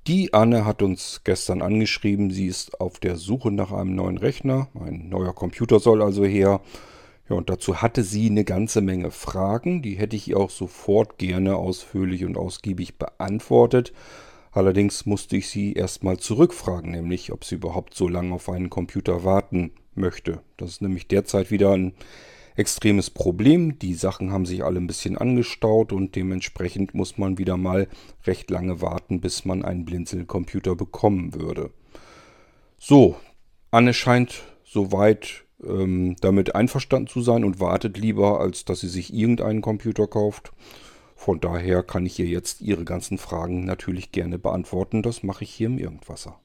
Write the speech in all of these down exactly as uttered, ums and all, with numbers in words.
Die Anne hat uns gestern angeschrieben, sie ist auf der Suche nach einem neuen Rechner. Ein neuer Computer soll also her. Ja, und dazu hatte sie eine ganze Menge Fragen. Die hätte ich ihr auch sofort gerne ausführlich und ausgiebig beantwortet. Allerdings musste ich sie erstmal zurückfragen, nämlich ob sie überhaupt so lange auf einen Computer warten möchte. Das ist nämlich derzeit wieder ein extremes Problem. Die Sachen haben sich alle ein bisschen angestaut und dementsprechend muss man wieder mal recht lange warten, bis man einen Blinzeln-Computer bekommen würde. So, Anne scheint soweit ähm, damit einverstanden zu sein und wartet lieber, als dass sie sich irgendeinen Computer kauft. Von daher kann ich ihr jetzt ihre ganzen Fragen natürlich gerne beantworten. Das mache ich hier im Irgendwasser.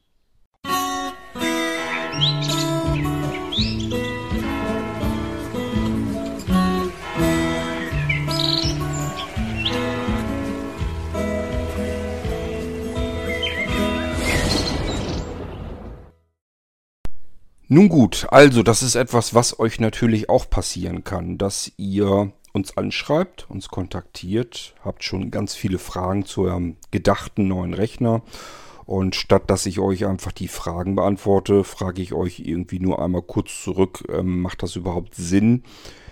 Nun gut, also das ist etwas, was euch natürlich auch passieren kann, dass ihr uns anschreibt, uns kontaktiert, habt schon ganz viele Fragen zu eurem gedachten neuen Rechner und statt dass ich euch einfach die Fragen beantworte, frage ich euch irgendwie nur einmal kurz zurück, ähm, macht das überhaupt Sinn?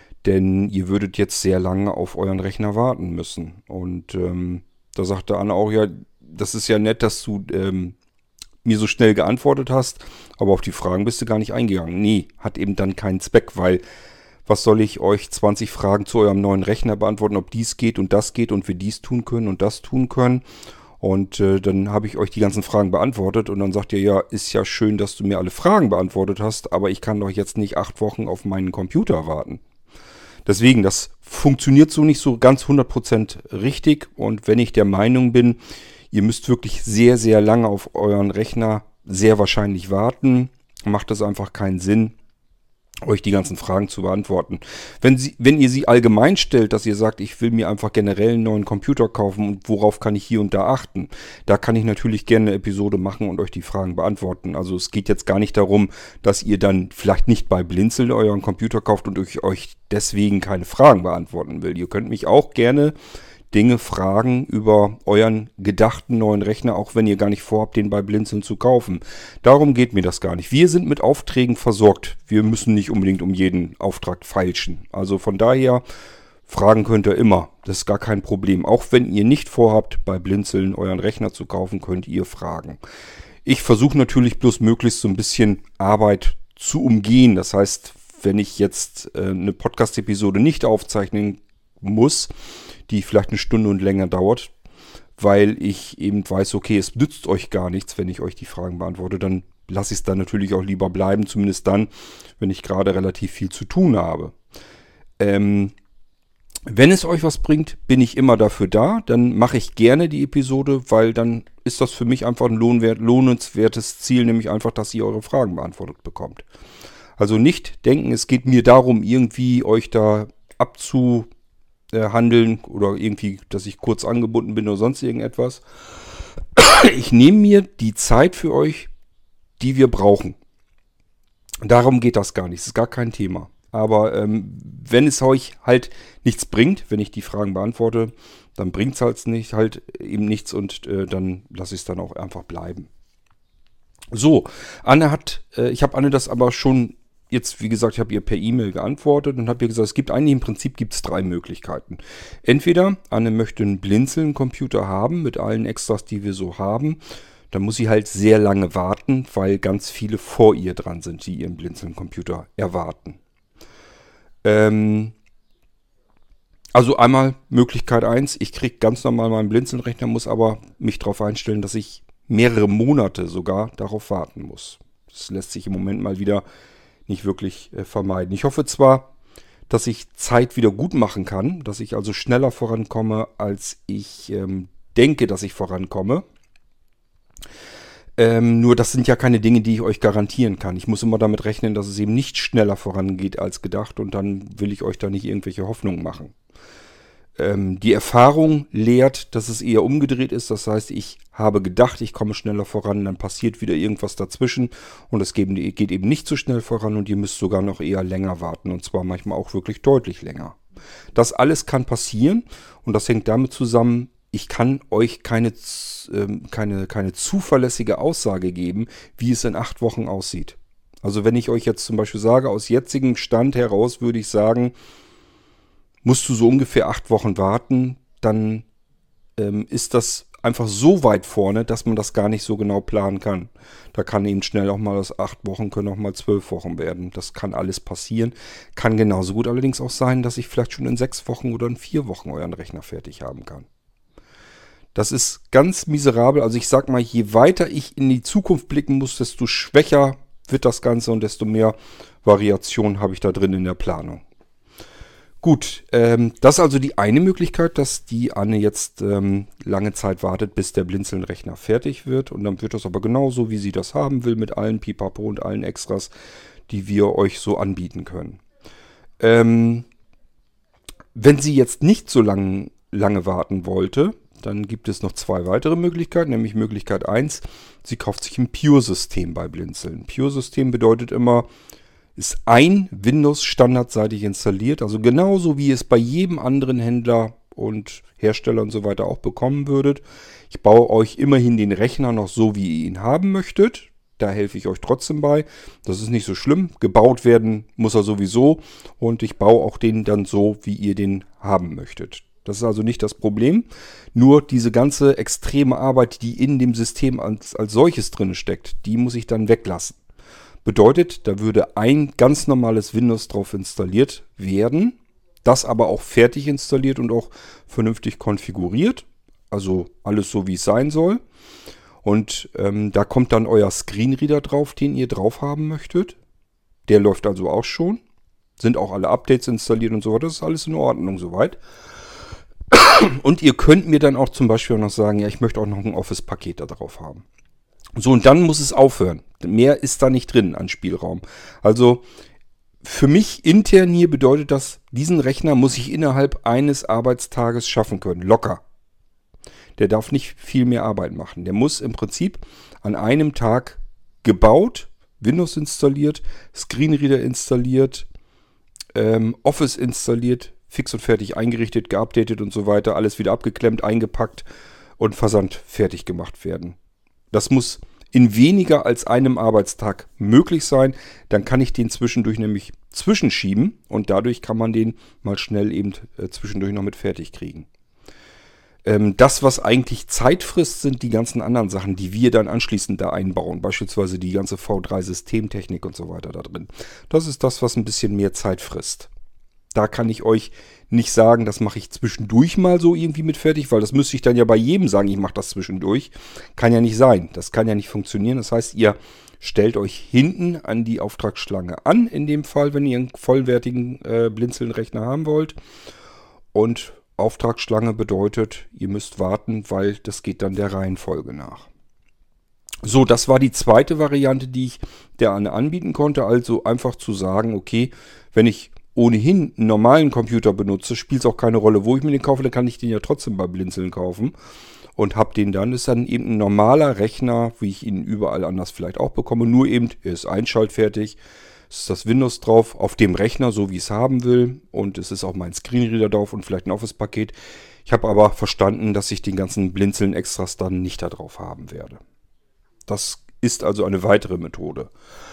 Denn ihr würdet jetzt sehr lange auf euren Rechner warten müssen. Und ähm, da sagte Anne auch, ja, das ist ja nett, dass du ähm, mir so schnell geantwortet hast, aber auf die Fragen bist du gar nicht eingegangen. Nee, hat eben dann keinen Zweck, weil was soll ich euch zwanzig Fragen zu eurem neuen Rechner beantworten, ob dies geht und das geht und wir dies tun können und das tun können. Und äh, dann habe ich euch die ganzen Fragen beantwortet und dann sagt ihr, ja, ist ja schön, dass du mir alle Fragen beantwortet hast, aber ich kann doch jetzt nicht acht Wochen auf meinen Computer warten. Deswegen, das funktioniert so nicht so ganz hundert Prozent richtig und wenn ich der Meinung bin, ihr müsst wirklich sehr, sehr lange auf euren Rechner sehr wahrscheinlich warten. Macht es einfach keinen Sinn, euch die ganzen Fragen zu beantworten. Wenn, sie, wenn ihr sie allgemein stellt, dass ihr sagt, ich will mir einfach generell einen neuen Computer kaufen und worauf kann ich hier und da achten, da kann ich natürlich gerne eine Episode machen und euch die Fragen beantworten. Also es geht jetzt gar nicht darum, dass ihr dann vielleicht nicht bei Blinzeln euren Computer kauft und euch, euch deswegen keine Fragen beantworten will. Ihr könnt mich auch gerne Dinge fragen über euren gedachten neuen Rechner, auch wenn ihr gar nicht vorhabt, den bei Blinzeln zu kaufen. Darum geht mir das gar nicht. Wir sind mit Aufträgen versorgt. Wir müssen nicht unbedingt um jeden Auftrag feilschen. Also von daher, fragen könnt ihr immer. Das ist gar kein Problem. Auch wenn ihr nicht vorhabt, bei Blinzeln euren Rechner zu kaufen, könnt ihr fragen. Ich versuche natürlich bloß möglichst so ein bisschen Arbeit zu umgehen. Das heißt, wenn ich jetzt äh, eine Podcast-Episode nicht aufzeichnen muss, die vielleicht eine Stunde und länger dauert, weil ich eben weiß, okay, es nützt euch gar nichts, wenn ich euch die Fragen beantworte, dann lasse ich es dann natürlich auch lieber bleiben, zumindest dann, wenn ich gerade relativ viel zu tun habe. Ähm, wenn es euch was bringt, bin ich immer dafür da, dann mache ich gerne die Episode, weil dann ist das für mich einfach ein lohnwert, lohnenswertes Ziel, nämlich einfach, dass ihr eure Fragen beantwortet bekommt. Also nicht denken, es geht mir darum, irgendwie euch da abzu handeln oder irgendwie, dass ich kurz angebunden bin oder sonst irgendetwas. Ich nehme mir die Zeit für euch, die wir brauchen. Darum geht das gar nicht. Das ist gar kein Thema. Aber ähm, wenn es euch halt nichts bringt, wenn ich die Fragen beantworte, dann bringt es halt nicht, halt eben nichts und äh, dann lasse ich es dann auch einfach bleiben. So, Anne hat, äh, ich habe Anne das aber schon jetzt, wie gesagt, ich habe ihr per E-Mail geantwortet und habe ihr gesagt, es gibt eigentlich im Prinzip gibt es drei Möglichkeiten. Entweder Anne möchte einen Blinzeln-Computer haben mit allen Extras, die wir so haben. Dann muss sie halt sehr lange warten, weil ganz viele vor ihr dran sind, die ihren Blinzeln-Computer erwarten. Ähm, also einmal Möglichkeit eins, ich kriege ganz normal meinen Blinzeln-Rechner, muss aber mich darauf einstellen, dass ich mehrere Monate sogar darauf warten muss. Das lässt sich im Moment mal wieder nicht wirklich äh, vermeiden. Ich hoffe zwar, dass ich Zeit wieder gut machen kann, dass ich also schneller vorankomme, als ich ähm, denke, dass ich vorankomme. Ähm, nur das sind ja keine Dinge, die ich euch garantieren kann. Ich muss immer damit rechnen, dass es eben nicht schneller vorangeht als gedacht und dann will ich euch da nicht irgendwelche Hoffnungen machen. Ähm, die Erfahrung lehrt, dass es eher umgedreht ist. Das heißt, ich habe gedacht, ich komme schneller voran, dann passiert wieder irgendwas dazwischen und es geht eben nicht so schnell voran und ihr müsst sogar noch eher länger warten und zwar manchmal auch wirklich deutlich länger. Das alles kann passieren und das hängt damit zusammen, ich kann euch keine, ähm, keine, keine zuverlässige Aussage geben, wie es in acht Wochen aussieht. Also wenn ich euch jetzt zum Beispiel sage, aus jetzigem Stand heraus würde ich sagen, musst du so ungefähr acht Wochen warten, dann ähm, ist das einfach so weit vorne, dass man das gar nicht so genau planen kann. Da kann eben schnell auch mal aus acht Wochen, können auch mal zwölf Wochen werden. Das kann alles passieren. Kann genauso gut allerdings auch sein, dass ich vielleicht schon in sechs Wochen oder in vier Wochen euren Rechner fertig haben kann. Das ist ganz miserabel. Also ich sag mal, je weiter ich in die Zukunft blicken muss, desto schwächer wird das Ganze und desto mehr Variation habe ich da drin in der Planung. Gut, ähm, das ist also die eine Möglichkeit, dass die Anne jetzt ähm, lange Zeit wartet, bis der Blinzeln-Rechner fertig wird. Und dann wird das aber genauso, wie sie das haben will, mit allen Pipapo und allen Extras, die wir euch so anbieten können. Ähm, wenn sie jetzt nicht so lang, lange warten wollte, dann gibt es noch zwei weitere Möglichkeiten, nämlich Möglichkeit eins, sie kauft sich ein Pure-System bei Blinzeln. Pure-System bedeutet immer, ist ein Windows standardseitig installiert, also genauso wie ihr es bei jedem anderen Händler und Hersteller und so weiter auch bekommen würdet. Ich baue euch immerhin den Rechner noch so, wie ihr ihn haben möchtet. Da helfe ich euch trotzdem bei. Das ist nicht so schlimm. Gebaut werden muss er sowieso und ich baue auch den dann so, wie ihr den haben möchtet. Das ist also nicht das Problem. Nur diese ganze extreme Arbeit, die in dem System als, als solches drin steckt, die muss ich dann weglassen. Bedeutet, da würde ein ganz normales Windows drauf installiert werden, das aber auch fertig installiert und auch vernünftig konfiguriert. Also alles so, wie es sein soll. Und ähm, da kommt dann euer Screenreader drauf, den ihr drauf haben möchtet. Der läuft also auch schon. Sind auch alle Updates installiert und so weiter. Das ist alles in Ordnung soweit. Und ihr könnt mir dann auch zum Beispiel auch noch sagen, ja, ich möchte auch noch ein Office-Paket da drauf haben. So, und dann muss es aufhören. Mehr ist da nicht drin an Spielraum. Also für mich intern hier bedeutet das, diesen Rechner muss ich innerhalb eines Arbeitstages schaffen können. Locker. Der darf nicht viel mehr Arbeit machen. Der muss im Prinzip an einem Tag gebaut, Windows installiert, Screenreader installiert, ähm, Office installiert, fix und fertig eingerichtet, geupdatet und so weiter, alles wieder abgeklemmt, eingepackt und Versand fertig gemacht werden. Das muss in weniger als einem Arbeitstag möglich sein. Dann kann ich den zwischendurch nämlich zwischenschieben und dadurch kann man den mal schnell eben äh, zwischendurch noch mit fertig kriegen. Ähm, das, was eigentlich Zeit frisst, sind die ganzen anderen Sachen, die wir dann anschließend da einbauen. Beispielsweise die ganze V drei Systemtechnik und so weiter da drin. Das ist das, was ein bisschen mehr Zeit frisst. Da kann ich euch nicht sagen, das mache ich zwischendurch mal so irgendwie mit fertig, weil das müsste ich dann ja bei jedem sagen, ich mache das zwischendurch. Kann ja nicht sein. Das kann ja nicht funktionieren. Das heißt, ihr stellt euch hinten an die Auftragsschlange an, in dem Fall, wenn ihr einen vollwertigen äh, Blinzeln-Rechner haben wollt. Und Auftragsschlange bedeutet, ihr müsst warten, weil das geht dann der Reihenfolge nach. So, das war die zweite Variante, die ich der Anne anbieten konnte. Also einfach zu sagen, okay, wenn ich ohnehin einen normalen Computer benutze, spielt es auch keine Rolle, wo ich mir den kaufe, dann kann ich den ja trotzdem bei Blinzeln kaufen und habe den dann. Ist dann eben ein normaler Rechner, wie ich ihn überall anders vielleicht auch bekomme, nur eben, er ist einschaltfertig, es ist das Windows drauf, auf dem Rechner, so wie ich es haben will und es ist auch mein Screenreader drauf und vielleicht ein Office-Paket. Ich habe aber verstanden, dass ich den ganzen Blinzeln-Extras dann nicht da drauf haben werde. Das ist also eine weitere Methode.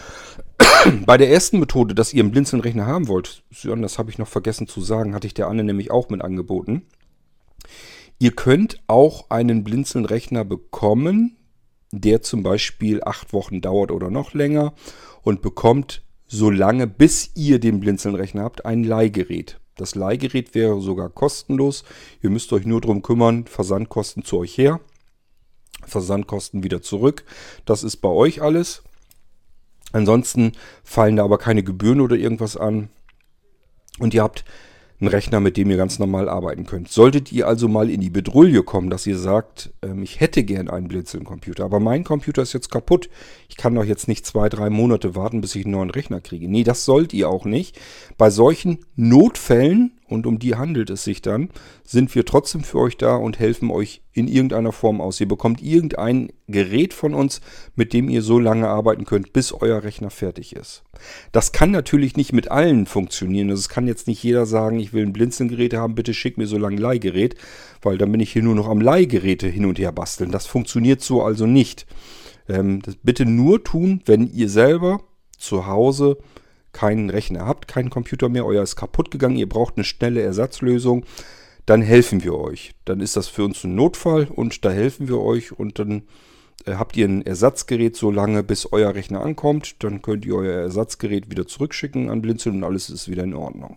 Bei der ersten Methode, dass ihr einen Blinzeln-Rechner haben wollt, das habe ich noch vergessen zu sagen, hatte ich der Anne nämlich auch mit angeboten. Ihr könnt auch einen Blinzeln-Rechner bekommen, der zum Beispiel acht Wochen dauert oder noch länger und bekommt so lange, bis ihr den Blinzeln-Rechner habt, ein Leihgerät. Das Leihgerät wäre sogar kostenlos. Ihr müsst euch nur darum kümmern, Versandkosten zu euch her, Versandkosten wieder zurück. Das ist bei euch alles. Ansonsten fallen da aber keine Gebühren oder irgendwas an. Und ihr habt einen Rechner, mit dem ihr ganz normal arbeiten könnt. Solltet ihr also mal in die Bedrulle kommen, dass ihr sagt, ähm, ich hätte gern einen Blinzeln-Computer, aber mein Computer ist jetzt kaputt. Ich kann doch jetzt nicht zwei, drei Monate warten, bis ich einen neuen Rechner kriege. Nee, das sollt ihr auch nicht. Bei solchen Notfällen und um die handelt es sich dann, sind wir trotzdem für euch da und helfen euch in irgendeiner Form aus. Ihr bekommt irgendein Gerät von uns, mit dem ihr so lange arbeiten könnt, bis euer Rechner fertig ist. Das kann natürlich nicht mit allen funktionieren. Also es kann jetzt nicht jeder sagen, ich will ein Blinzeln-Gerät haben, bitte schick mir so lange ein Leihgerät, weil dann bin ich hier nur noch am Leihgeräte hin und her basteln. Das funktioniert so also nicht. Ähm, das bitte nur tun, wenn ihr selber zu Hause keinen Rechner habt, keinen Computer mehr, euer ist kaputt gegangen, ihr braucht eine schnelle Ersatzlösung, dann helfen wir euch. Dann ist das für uns ein Notfall und da helfen wir euch und dann äh, habt ihr ein Ersatzgerät so lange, bis euer Rechner ankommt. Dann könnt ihr euer Ersatzgerät wieder zurückschicken an Blinzeln und alles ist wieder in Ordnung.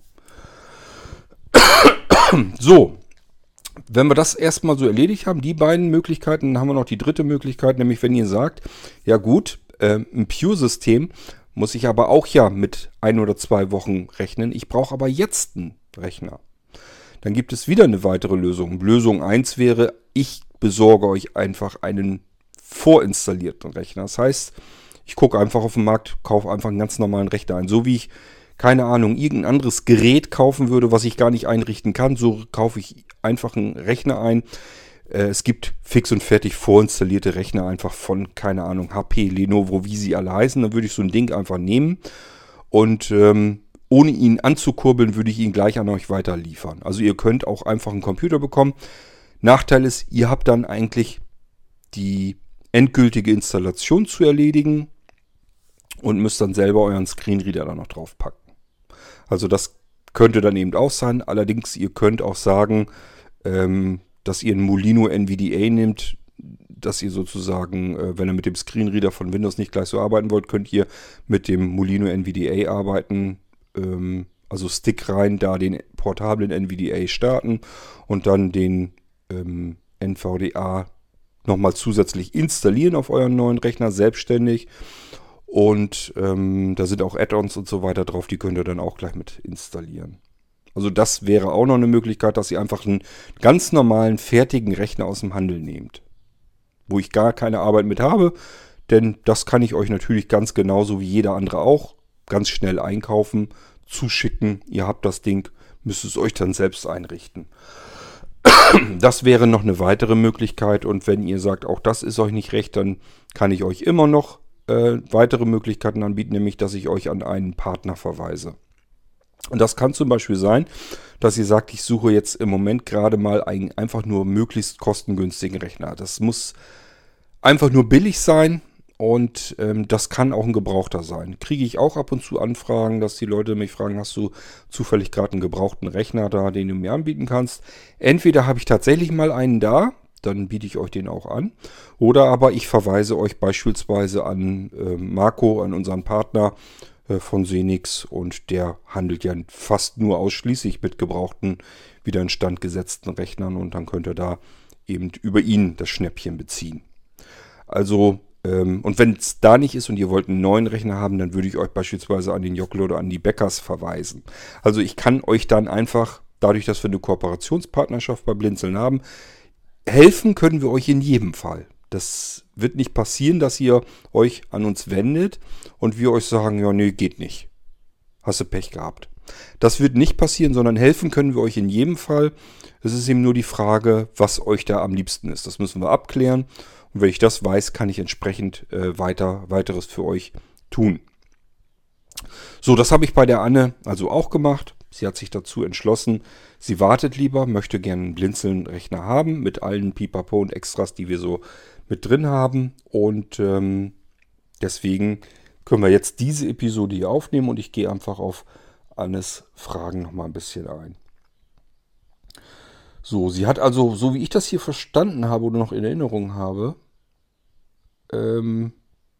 So, wenn wir das erstmal so erledigt haben, die beiden Möglichkeiten, dann haben wir noch die dritte Möglichkeit, nämlich wenn ihr sagt, ja gut, äh, ein Pure-System muss ich aber auch ja mit ein oder zwei Wochen rechnen. Ich brauche aber jetzt einen Rechner. Dann gibt es wieder eine weitere Lösung. Lösung eins wäre, ich besorge euch einfach einen vorinstallierten Rechner. Das heißt, ich gucke einfach auf den Markt, kaufe einfach einen ganz normalen Rechner ein. So wie ich, keine Ahnung, irgendein anderes Gerät kaufen würde, was ich gar nicht einrichten kann, so kaufe ich einfach einen Rechner ein. Es gibt fix und fertig vorinstallierte Rechner einfach von, keine Ahnung, H P, Lenovo, wie sie alle heißen. Dann würde ich so ein Ding einfach nehmen und ähm, ohne ihn anzukurbeln, würde ich ihn gleich an euch weiter liefern. Also ihr könnt auch einfach einen Computer bekommen. Nachteil ist, ihr habt dann eigentlich die endgültige Installation zu erledigen und müsst dann selber euren Screenreader da noch drauf packen. Also das könnte dann eben auch sein. Allerdings, ihr könnt auch sagen, ähm, dass ihr einen Molino N V D A nehmt, dass ihr sozusagen, äh, wenn ihr mit dem Screenreader von Windows nicht gleich so arbeiten wollt, könnt ihr mit dem Molino N V D A arbeiten, ähm, also Stick rein, da den portablen N V D A starten und dann den ähm, N V D A nochmal zusätzlich installieren auf euren neuen Rechner, selbstständig. Und ähm, da sind auch Add-ons und so weiter drauf, die könnt ihr dann auch gleich mit installieren. Also das wäre auch noch eine Möglichkeit, dass ihr einfach einen ganz normalen, fertigen Rechner aus dem Handel nehmt. Wo ich gar keine Arbeit mit habe, denn das kann ich euch natürlich ganz genauso wie jeder andere auch ganz schnell einkaufen, zuschicken. Ihr habt das Ding, müsst es euch dann selbst einrichten. Das wäre noch eine weitere Möglichkeit und wenn ihr sagt, auch das ist euch nicht recht, dann kann ich euch immer noch äh, weitere Möglichkeiten anbieten, nämlich dass ich euch an einen Partner verweise. Und das kann zum Beispiel sein, dass ihr sagt, ich suche jetzt im Moment gerade mal einen einfach nur möglichst kostengünstigen Rechner. Das muss einfach nur billig sein und ähm, das kann auch ein gebrauchter sein. Kriege ich auch ab und zu Anfragen, dass die Leute mich fragen, hast du zufällig gerade einen gebrauchten Rechner da, den du mir anbieten kannst? Entweder habe ich tatsächlich mal einen da, dann biete ich euch den auch an. Oder aber ich verweise euch beispielsweise an äh, Marco, an unseren Partner, von Senix und der handelt ja fast nur ausschließlich mit gebrauchten, wieder instand gesetzten Rechnern und dann könnt ihr da eben über ihn das Schnäppchen beziehen. Also, ähm, und wenn es da nicht ist und ihr wollt einen neuen Rechner haben, dann würde ich euch beispielsweise an den Jockel oder an die Bäckers verweisen. Also ich kann euch dann einfach, dadurch, dass wir eine Kooperationspartnerschaft bei Blinzeln haben, helfen können wir euch in jedem Fall. Das wird nicht passieren, dass ihr euch an uns wendet und wir euch sagen, ja, nee, geht nicht. Hast du Pech gehabt. Das wird nicht passieren, sondern helfen können wir euch in jedem Fall. Es ist eben nur die Frage, was euch da am liebsten ist. Das müssen wir abklären. Und wenn ich das weiß, kann ich entsprechend äh, weiter, weiteres für euch tun. So, das habe ich bei der Anne also auch gemacht. Sie hat sich dazu entschlossen, sie wartet lieber, möchte gerne einen Blinzeln-Rechner haben mit allen Pipapo und Extras, die wir so mit drin haben. Und ähm, deswegen können wir jetzt diese Episode hier aufnehmen und ich gehe einfach auf Annes Fragen nochmal ein bisschen ein. So, sie hat also, so wie ich das hier verstanden habe oder noch in Erinnerung habe, ähm,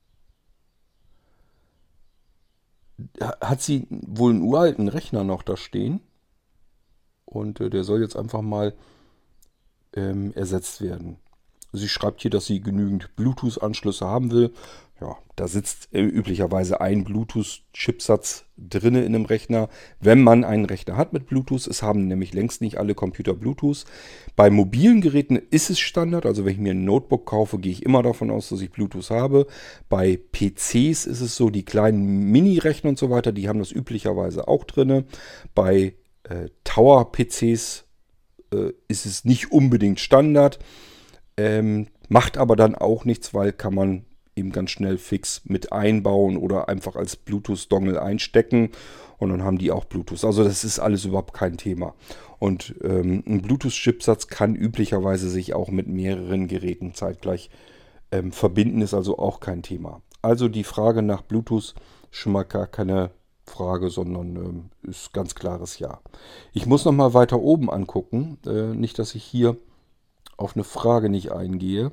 hat sie wohl einen uralten Rechner noch da stehen und äh, der soll jetzt einfach mal ähm, ersetzt werden. Sie schreibt hier, dass sie genügend Bluetooth-Anschlüsse haben will. Ja, da sitzt äh, üblicherweise ein Bluetooth-Chipsatz drinne in einem Rechner, wenn man einen Rechner hat mit Bluetooth. Es haben nämlich längst nicht alle Computer Bluetooth. Bei mobilen Geräten ist es Standard. Also wenn ich mir ein Notebook kaufe, gehe ich immer davon aus, dass ich Bluetooth habe. Bei P Cs ist es so, die kleinen Mini-Rechner und so weiter, die haben das üblicherweise auch drinne. Bei äh, Tower-P Cs äh, ist es nicht unbedingt Standard. Ähm, macht aber dann auch nichts, weil kann man eben ganz schnell fix mit einbauen oder einfach als Bluetooth-Dongle einstecken und dann haben die auch Bluetooth. Also das ist alles überhaupt kein Thema. Und ähm, ein Bluetooth-Chipsatz kann üblicherweise sich auch mit mehreren Geräten zeitgleich ähm, verbinden, ist also auch kein Thema. Also die Frage nach Bluetooth schon mal gar keine Frage, sondern ähm, ist ganz klares Ja. Ich muss noch mal weiter oben angucken, äh, nicht, dass ich hier auf eine Frage nicht eingehe.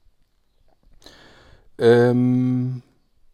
Ähm,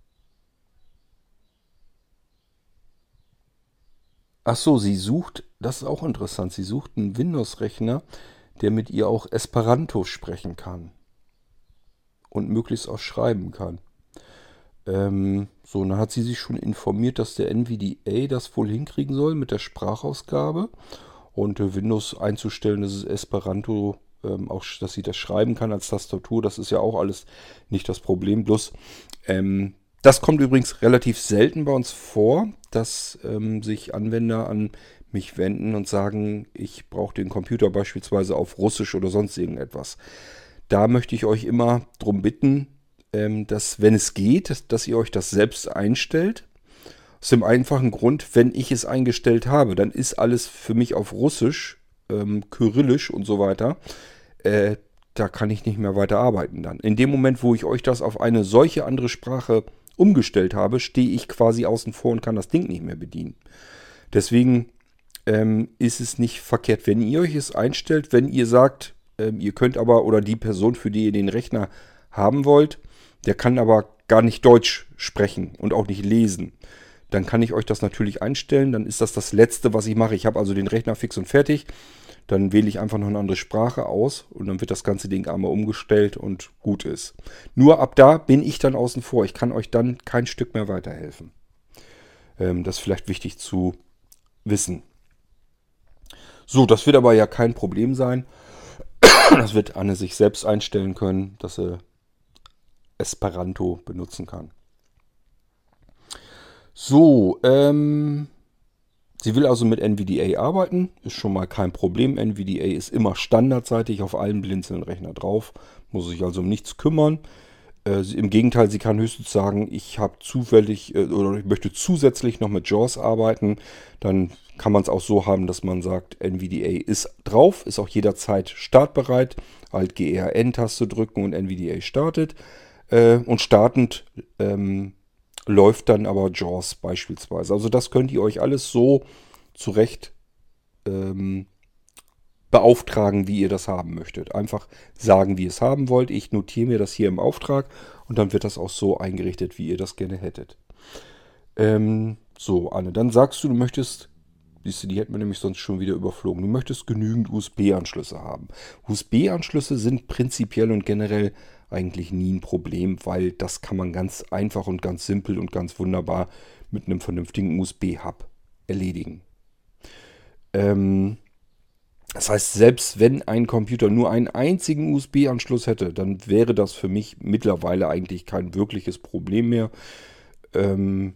ach so, sie sucht, das ist auch interessant, sie sucht einen Windows-Rechner, der mit ihr auch Esperanto sprechen kann und möglichst auch schreiben kann. Ähm, so, dann hat sie sich schon informiert, dass der N V D A das wohl hinkriegen soll mit der Sprachausgabe und äh, Windows einzustellen, dass es Esperanto ähm, auch, dass sie das schreiben kann als Tastatur. Das ist ja auch alles nicht das Problem. Bloß, ähm, das kommt übrigens relativ selten bei uns vor, dass ähm, sich Anwender an mich wenden und sagen, ich brauche den Computer beispielsweise auf Russisch oder sonst irgendetwas. Da möchte ich euch immer darum bitten, ähm, dass, wenn es geht, dass ihr euch das selbst einstellt. Aus dem einfachen Grund, wenn ich es eingestellt habe, dann ist alles für mich auf Russisch, ähm, Kyrillisch und so weiter. Äh, da kann ich nicht mehr weiter arbeiten dann. In dem Moment, wo ich euch das auf eine solche andere Sprache umgestellt habe, stehe ich quasi außen vor und kann das Ding nicht mehr bedienen. Deswegen ähm, ist es nicht verkehrt, wenn ihr euch es einstellt, wenn ihr sagt, ähm, ihr könnt aber, oder die Person, für die ihr den Rechner haben wollt, der kann aber gar nicht Deutsch sprechen und auch nicht lesen. Dann kann ich euch das natürlich einstellen. Dann ist das das Letzte, was ich mache. Ich habe also den Rechner fix und fertig. Dann wähle ich einfach noch eine andere Sprache aus und dann wird das ganze Ding einmal umgestellt und gut ist. Nur ab da bin ich dann außen vor. Ich kann euch dann kein Stück mehr weiterhelfen. Ähm, das ist vielleicht wichtig zu wissen. So, das wird aber ja kein Problem sein. Das wird Anne sich selbst einstellen können, dass sie Esperanto benutzen kann. So, ähm, sie will also mit N V D A arbeiten, ist schon mal kein Problem. N V D A ist immer standardseitig auf allen Blinzeln-Rechner drauf, muss sich also um nichts kümmern. Äh, sie, Im Gegenteil, sie kann höchstens sagen, ich habe zufällig äh, oder ich möchte zusätzlich noch mit JAWS arbeiten. Dann kann man es auch so haben, dass man sagt, N V D A ist drauf, ist auch jederzeit startbereit. Alt-G R N-Taste drücken und N V D A startet. Äh, und startend ähm, läuft dann aber JAWS beispielsweise. Also das könnt ihr euch alles so zurecht ähm, beauftragen, wie ihr das haben möchtet. Einfach sagen, wie ihr es haben wollt. Ich notiere mir das hier im Auftrag und dann wird das auch so eingerichtet, wie ihr das gerne hättet. Ähm, so, Anne, dann sagst du, du möchtest, siehst du, die hätten wir nämlich sonst schon wieder überflogen, du möchtest genügend U S B-Anschlüsse haben. U S B-Anschlüsse sind prinzipiell und generell eigentlich nie ein Problem, weil das kann man ganz einfach und ganz simpel und ganz wunderbar mit einem vernünftigen U S B-Hub erledigen. Ähm, das heißt, selbst wenn ein Computer nur einen einzigen U S B-Anschluss hätte, dann wäre das für mich mittlerweile eigentlich kein wirkliches Problem mehr. Ähm,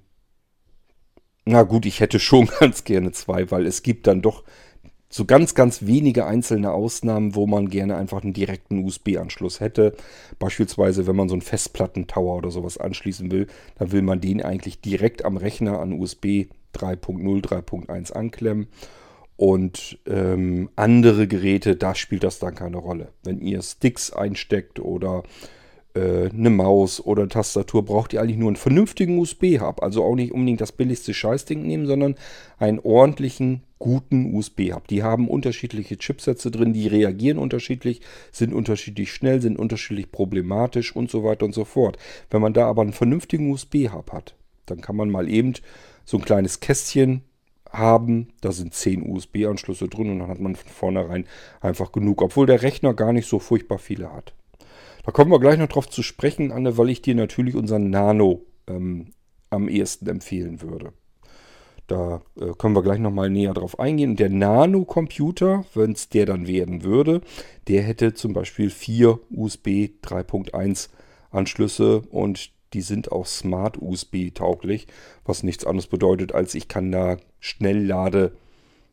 na gut, ich hätte schon ganz gerne zwei, weil es gibt dann doch so ganz, ganz wenige einzelne Ausnahmen, wo man gerne einfach einen direkten U S B-Anschluss hätte. Beispielsweise, wenn man so einen Festplattentower oder sowas anschließen will, dann will man den eigentlich direkt am Rechner an U S B drei Punkt null, drei Punkt eins anklemmen. Und ähm, andere Geräte, da spielt das dann keine Rolle. Wenn ihr Sticks einsteckt oder äh, eine Maus oder eine Tastatur, braucht ihr eigentlich nur einen vernünftigen U S B-Hub. Also auch nicht unbedingt das billigste Scheißding nehmen, sondern einen ordentlichen, guten U S B-Hub. Die haben unterschiedliche Chipsätze drin, die reagieren unterschiedlich, sind unterschiedlich schnell, sind unterschiedlich problematisch und so weiter und so fort. Wenn man da aber einen vernünftigen U S B-Hub hat, dann kann man mal eben so ein kleines Kästchen haben, da sind zehn U S B-Anschlüsse drin und dann hat man von vornherein einfach genug, obwohl der Rechner gar nicht so furchtbar viele hat. Da kommen wir gleich noch drauf zu sprechen, Anne, weil ich dir natürlich unseren Nano ähm, am ehesten empfehlen würde. Da äh, können wir gleich nochmal näher drauf eingehen. Und der Nano-Computer, wenn es der dann werden würde, der hätte zum Beispiel vier U S B drei Punkt eins Anschlüsse und die sind auch Smart-U S B tauglich, was nichts anderes bedeutet, als ich kann da Schnelllade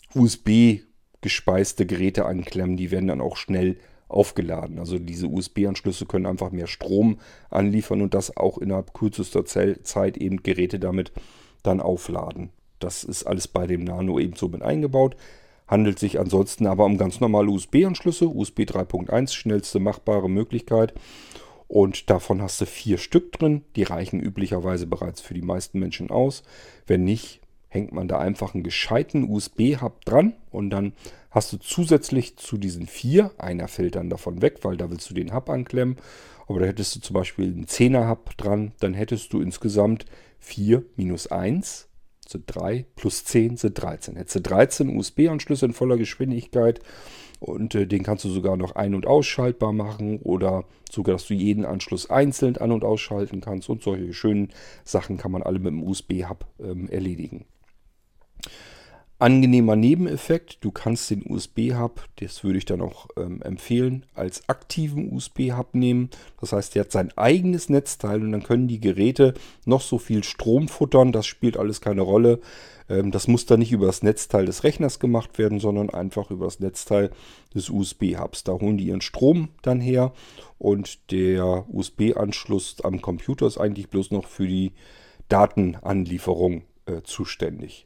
U S B gespeiste Geräte anklemmen, die werden dann auch schnell aufgeladen. Also diese U S B-Anschlüsse können einfach mehr Strom anliefern und das auch innerhalb kürzester Zeit eben Geräte damit dann aufladen. Das ist alles bei dem Nano eben so mit eingebaut. Handelt sich ansonsten aber um ganz normale U S B-Anschlüsse. U S B drei Punkt eins, schnellste machbare Möglichkeit. Und davon hast du vier Stück drin. Die reichen üblicherweise bereits für die meisten Menschen aus. Wenn nicht, hängt man da einfach einen gescheiten U S B-Hub dran und dann hast du zusätzlich zu diesen vier, einer fällt dann davon weg, weil da willst du den Hub anklemmen, aber da hättest du zum Beispiel einen zehner-Hub dran, dann hättest du insgesamt vier minus eins sind drei, plus zehn sind dreizehn. Hättest du dreizehn U S B-Anschlüsse in voller Geschwindigkeit und äh, den kannst du sogar noch ein- und ausschaltbar machen oder sogar, dass du jeden Anschluss einzeln an- und ausschalten kannst und solche schönen Sachen kann man alle mit dem U S B-Hub ähm, erledigen. Angenehmer Nebeneffekt, du kannst den U S B-Hub, das würde ich dann auch ähm, empfehlen, als aktiven U S B-Hub nehmen. Das heißt, der hat sein eigenes Netzteil und dann können die Geräte noch so viel Strom futtern, das spielt alles keine Rolle. Ähm, das muss dann nicht über das Netzteil des Rechners gemacht werden, sondern einfach über das Netzteil des U S B-Hubs. Da holen die ihren Strom dann her und der U S B-Anschluss am Computer ist eigentlich bloß noch für die Datenanlieferung äh, zuständig.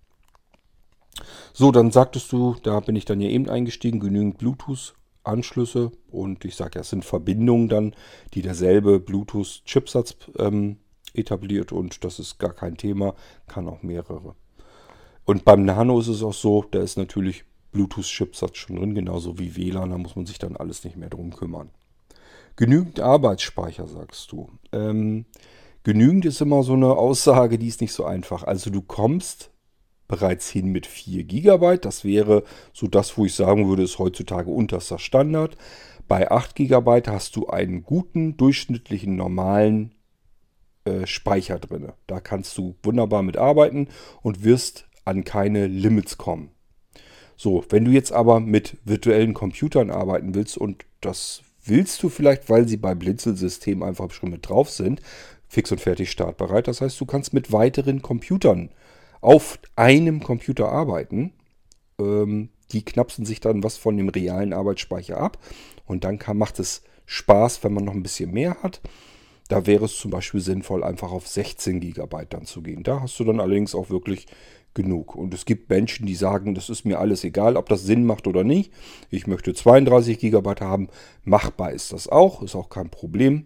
So, dann sagtest du, da bin ich dann ja eben eingestiegen, genügend Bluetooth-Anschlüsse und ich sage ja, es sind Verbindungen dann, die derselbe Bluetooth-Chipsatz ähm, etabliert und das ist gar kein Thema, kann auch mehrere. Und beim Nano ist es auch so, da ist natürlich Bluetooth-Chipsatz schon drin, genauso wie W L A N, da muss man sich dann alles nicht mehr drum kümmern. Genügend Arbeitsspeicher, sagst du. Ähm, genügend ist immer so eine Aussage, die ist nicht so einfach. Also du kommst bereits hin mit vier Gigabyte. Das wäre so das, wo ich sagen würde, ist heutzutage unterster Standard. Bei acht Gigabyte hast du einen guten, durchschnittlichen, normalen äh, Speicher drin. Da kannst du wunderbar mit arbeiten und wirst an keine Limits kommen. So, wenn du jetzt aber mit virtuellen Computern arbeiten willst und das willst du vielleicht, weil sie bei Blinzeln-Systemen einfach schon mit drauf sind, fix und fertig startbereit. Das heißt, du kannst mit weiteren Computern auf einem Computer arbeiten. Ähm, die knapsen sich dann was von dem realen Arbeitsspeicher ab. Und dann kann, macht es Spaß, wenn man noch ein bisschen mehr hat. Da wäre es zum Beispiel sinnvoll, einfach auf sechzehn Gigabyte dann zu gehen. Da hast du dann allerdings auch wirklich genug. Und es gibt Menschen, die sagen, das ist mir alles egal, ob das Sinn macht oder nicht. Ich möchte zweiunddreißig Gigabyte haben. Machbar ist das auch, ist auch kein Problem.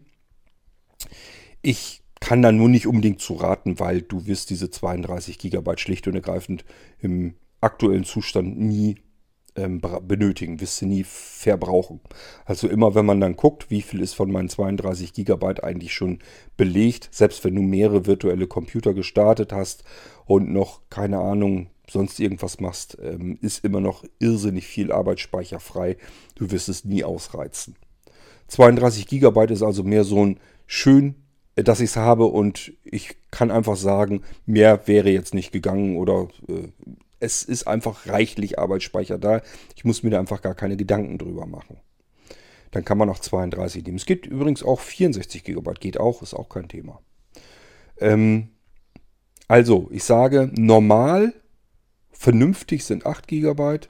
Ich kann da nur nicht unbedingt zu raten, weil du wirst diese zweiunddreißig Gigabyte schlicht und ergreifend im aktuellen Zustand nie ähm, benötigen, wirst du nie verbrauchen. Also immer, wenn man dann guckt, wie viel ist von meinen zweiunddreißig Gigabyte eigentlich schon belegt, selbst wenn du mehrere virtuelle Computer gestartet hast und noch, keine Ahnung, sonst irgendwas machst, ähm, ist immer noch irrsinnig viel Arbeitsspeicher frei. Du wirst es nie ausreizen. zweiunddreißig Gigabyte ist also mehr so ein schön, dass ich es habe und ich kann einfach sagen, mehr wäre jetzt nicht gegangen oder äh, es ist einfach reichlich Arbeitsspeicher da. Ich muss mir da einfach gar keine Gedanken drüber machen. Dann kann man auch zweiunddreißig nehmen. Es geht übrigens auch vierundsechzig Gigabyte, geht auch, ist auch kein Thema. Ähm, also, ich sage, normal, vernünftig sind acht Gigabyte.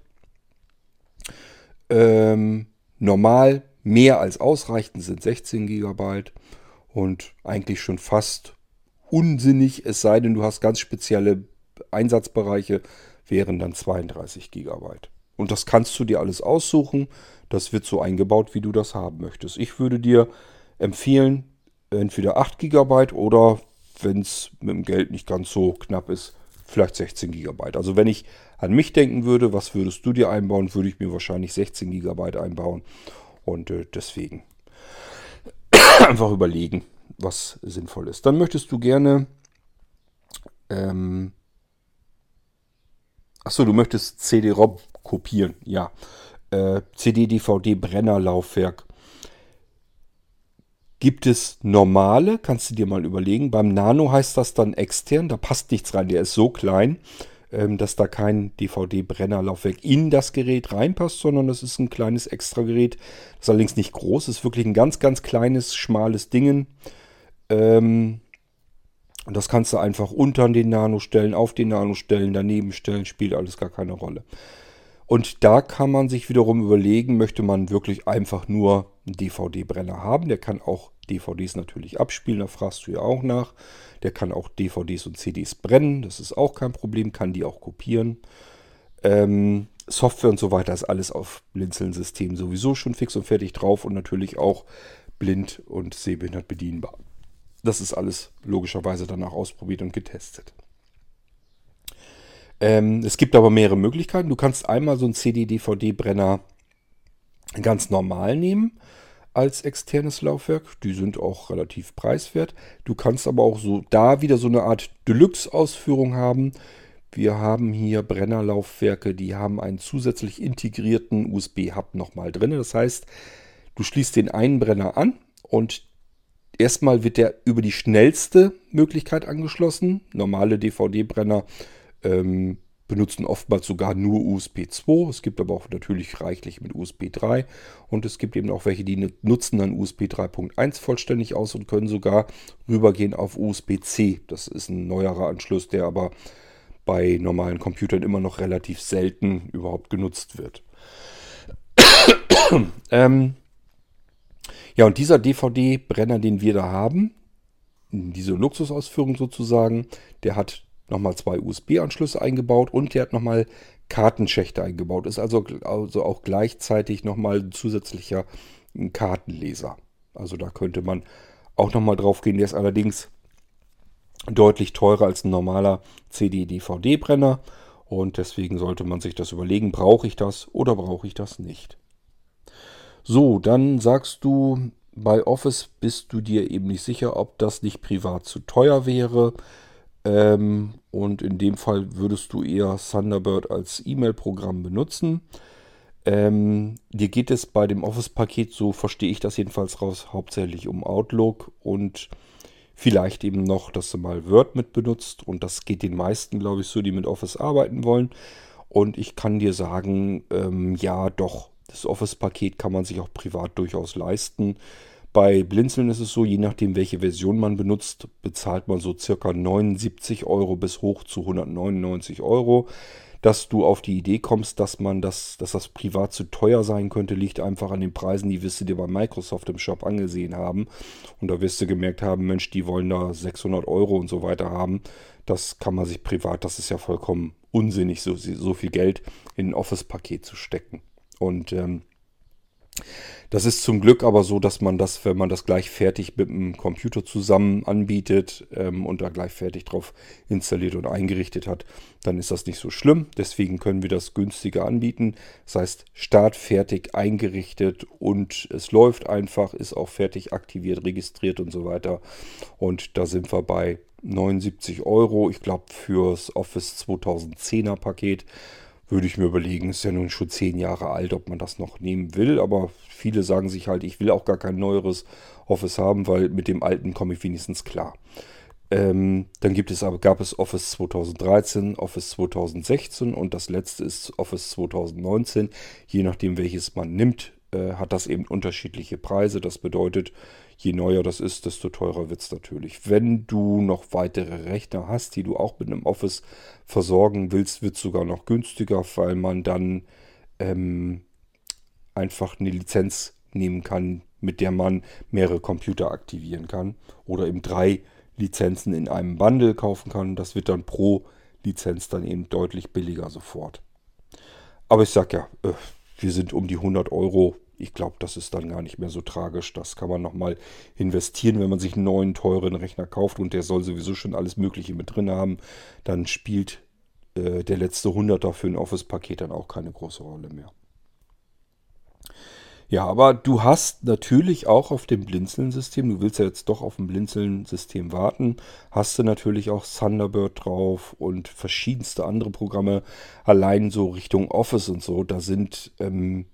Ähm, normal, mehr als ausreichend sind sechzehn Gigabyte. Und eigentlich schon fast unsinnig, es sei denn, du hast ganz spezielle Einsatzbereiche, wären dann zweiunddreißig Gigabyte. Und das kannst du dir alles aussuchen. Das wird so eingebaut, wie du das haben möchtest. Ich würde dir empfehlen, entweder acht Gigabyte oder, wenn es mit dem Geld nicht ganz so knapp ist, vielleicht sechzehn Gigabyte. Also wenn ich an mich denken würde, was würdest du dir einbauen, würde ich mir wahrscheinlich sechzehn Gigabyte einbauen. Und äh, deswegen einfach überlegen, was sinnvoll ist. Dann möchtest du gerne ähm, achso, du möchtest C D-ROM kopieren. Ja. Äh, C D, D V D, Brennerlaufwerk. Gibt es normale, kannst du dir mal überlegen. Beim Nano heißt das dann extern, da passt nichts rein. Der ist so klein, ähm, dass da kein D V D-Brennerlaufwerk in das Gerät reinpasst, sondern das ist ein kleines Extragerät. Das ist allerdings nicht groß, ist wirklich ein ganz, ganz kleines, schmales Ding. Ähm, Und das kannst du einfach unter den Nano stellen, auf den Nano stellen, daneben stellen, spielt alles gar keine Rolle. Und da kann man sich wiederum überlegen, möchte man wirklich einfach nur einen D V D-Brenner haben. Der kann auch D V Ds natürlich abspielen, da fragst du ja auch nach. Der kann auch D V Ds und C Ds brennen, das ist auch kein Problem, kann die auch kopieren. Ähm, Software und so weiter ist alles auf Blinzeln-Systemen sowieso schon fix und fertig drauf und natürlich auch blind und sehbehindert bedienbar. Das ist alles logischerweise danach ausprobiert und getestet. Ähm, es gibt aber mehrere Möglichkeiten. Du kannst einmal so einen C D-D V D-Brenner ganz normal nehmen als externes Laufwerk. Die sind auch relativ preiswert. Du kannst aber auch so da wieder so eine Art Deluxe-Ausführung haben. Wir haben hier Brennerlaufwerke, die haben einen zusätzlich integrierten U S B-Hub nochmal drin. Das heißt, du schließt den einen Brenner an und erstmal wird der über die schnellste Möglichkeit angeschlossen. Normale D V D-Brenner ähm, benutzen oftmals sogar nur U S B zwei. Es gibt aber auch natürlich reichlich mit U S B drei. Und es gibt eben auch welche, die nutzen dann U S B drei Punkt eins vollständig aus und können sogar rübergehen auf U S B C. Das ist ein neuerer Anschluss, der aber bei normalen Computern immer noch relativ selten überhaupt genutzt wird. ähm, ja, und dieser D V D-Brenner, den wir da haben, diese Luxusausführung sozusagen, der hat nochmal zwei U S B-Anschlüsse eingebaut und der hat nochmal Kartenschächte eingebaut. Ist also, also auch gleichzeitig nochmal ein zusätzlicher Kartenleser. Also da könnte man auch nochmal drauf gehen. Der ist allerdings deutlich teurer als ein normaler C D-D V D-Brenner. Und deswegen sollte man sich das überlegen, brauche ich das oder brauche ich das nicht. So, dann sagst du, bei Office bist du dir eben nicht sicher, ob das nicht privat zu teuer wäre. Ähm, und in dem Fall würdest du eher Thunderbird als E-Mail-Programm benutzen. Ähm, dir geht es bei dem Office-Paket, so verstehe ich das jedenfalls raus, hauptsächlich um Outlook und vielleicht eben noch, dass du mal Word mit benutzt. Und das geht den meisten, glaube ich, so, die mit Office arbeiten wollen. Und ich kann dir sagen, ähm, ja doch, das Office-Paket kann man sich auch privat durchaus leisten. Bei Blinzeln ist es so, je nachdem welche Version man benutzt, bezahlt man so circa neunundsiebzig Euro bis hoch zu hundertneunundneunzig Euro. Dass du auf die Idee kommst, dass man das, dass das privat zu teuer sein könnte, liegt einfach an den Preisen, die wirst du dir bei Microsoft im Shop angesehen haben. Und da wirst du gemerkt haben, Mensch, die wollen da sechshundert Euro und so weiter haben. Das kann man sich privat, das ist ja vollkommen unsinnig, so, so viel Geld in ein Office-Paket zu stecken. Und ähm, das ist zum Glück aber so, dass man das, wenn man das gleich fertig mit dem Computer zusammen anbietet ähm, und da gleich fertig drauf installiert und eingerichtet hat, dann ist das nicht so schlimm. Deswegen können wir das günstiger anbieten. Das heißt, Start fertig eingerichtet und es läuft einfach, ist auch fertig aktiviert, registriert und so weiter. Und da sind wir bei neunundsiebzig Euro. Ich glaube, fürs Office zweitausendzehner Paket würde ich mir überlegen, ist ja nun schon zehn Jahre alt, ob man das noch nehmen will. Aber viele sagen sich halt, ich will auch gar kein neueres Office haben, weil mit dem alten komme ich wenigstens klar. Ähm, dann gibt es aber, gab es Office zweitausenddreizehn, Office zweitausendsechzehn und das letzte ist Office zweitausendneunzehn. Je nachdem, welches man nimmt, äh, hat das eben unterschiedliche Preise. Das bedeutet, je neuer das ist, desto teurer wird es natürlich. Wenn du noch weitere Rechner hast, die du auch mit einem Office versorgen willst, wird es sogar noch günstiger, weil man dann ähm, einfach eine Lizenz nehmen kann, mit der man mehrere Computer aktivieren kann oder eben drei Lizenzen in einem Bundle kaufen kann. Das wird dann pro Lizenz dann eben deutlich billiger sofort. Aber ich sag ja, äh, wir sind um die hundert Euro. Ich glaube, das ist dann gar nicht mehr so tragisch. Das kann man nochmal investieren, wenn man sich einen neuen, teuren Rechner kauft und der soll sowieso schon alles Mögliche mit drin haben. Dann spielt äh, der letzte Hunderter für ein Office-Paket dann auch keine große Rolle mehr. Ja, aber du hast natürlich auch auf dem Blinzeln-System, du willst ja jetzt doch auf dem Blinzeln-System warten, hast du natürlich auch Thunderbird drauf und verschiedenste andere Programme, allein so Richtung Office und so. Da sind ähm,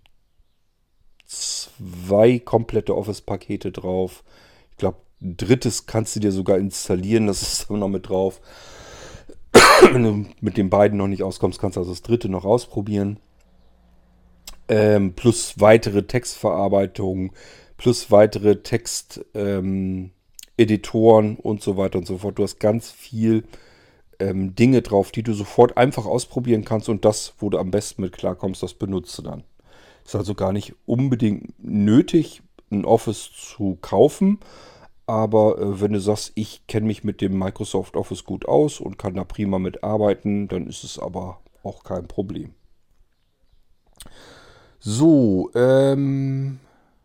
zwei komplette Office-Pakete drauf. Ich glaube, ein drittes kannst du dir sogar installieren, das ist dann noch mit drauf. Wenn du mit den beiden noch nicht auskommst, kannst du also das dritte noch ausprobieren. Ähm, plus weitere Textverarbeitung, plus weitere Texteditor, ähm, Editoren und so weiter und so fort. Du hast ganz viel ähm, Dinge drauf, die du sofort einfach ausprobieren kannst und das, wo du am besten mit klarkommst, das benutzt du dann. Ist also gar nicht unbedingt nötig, ein Office zu kaufen, aber äh, wenn du sagst, ich kenne mich mit dem Microsoft Office gut aus und kann da prima mit arbeiten, dann ist es aber auch kein Problem. So, ähm...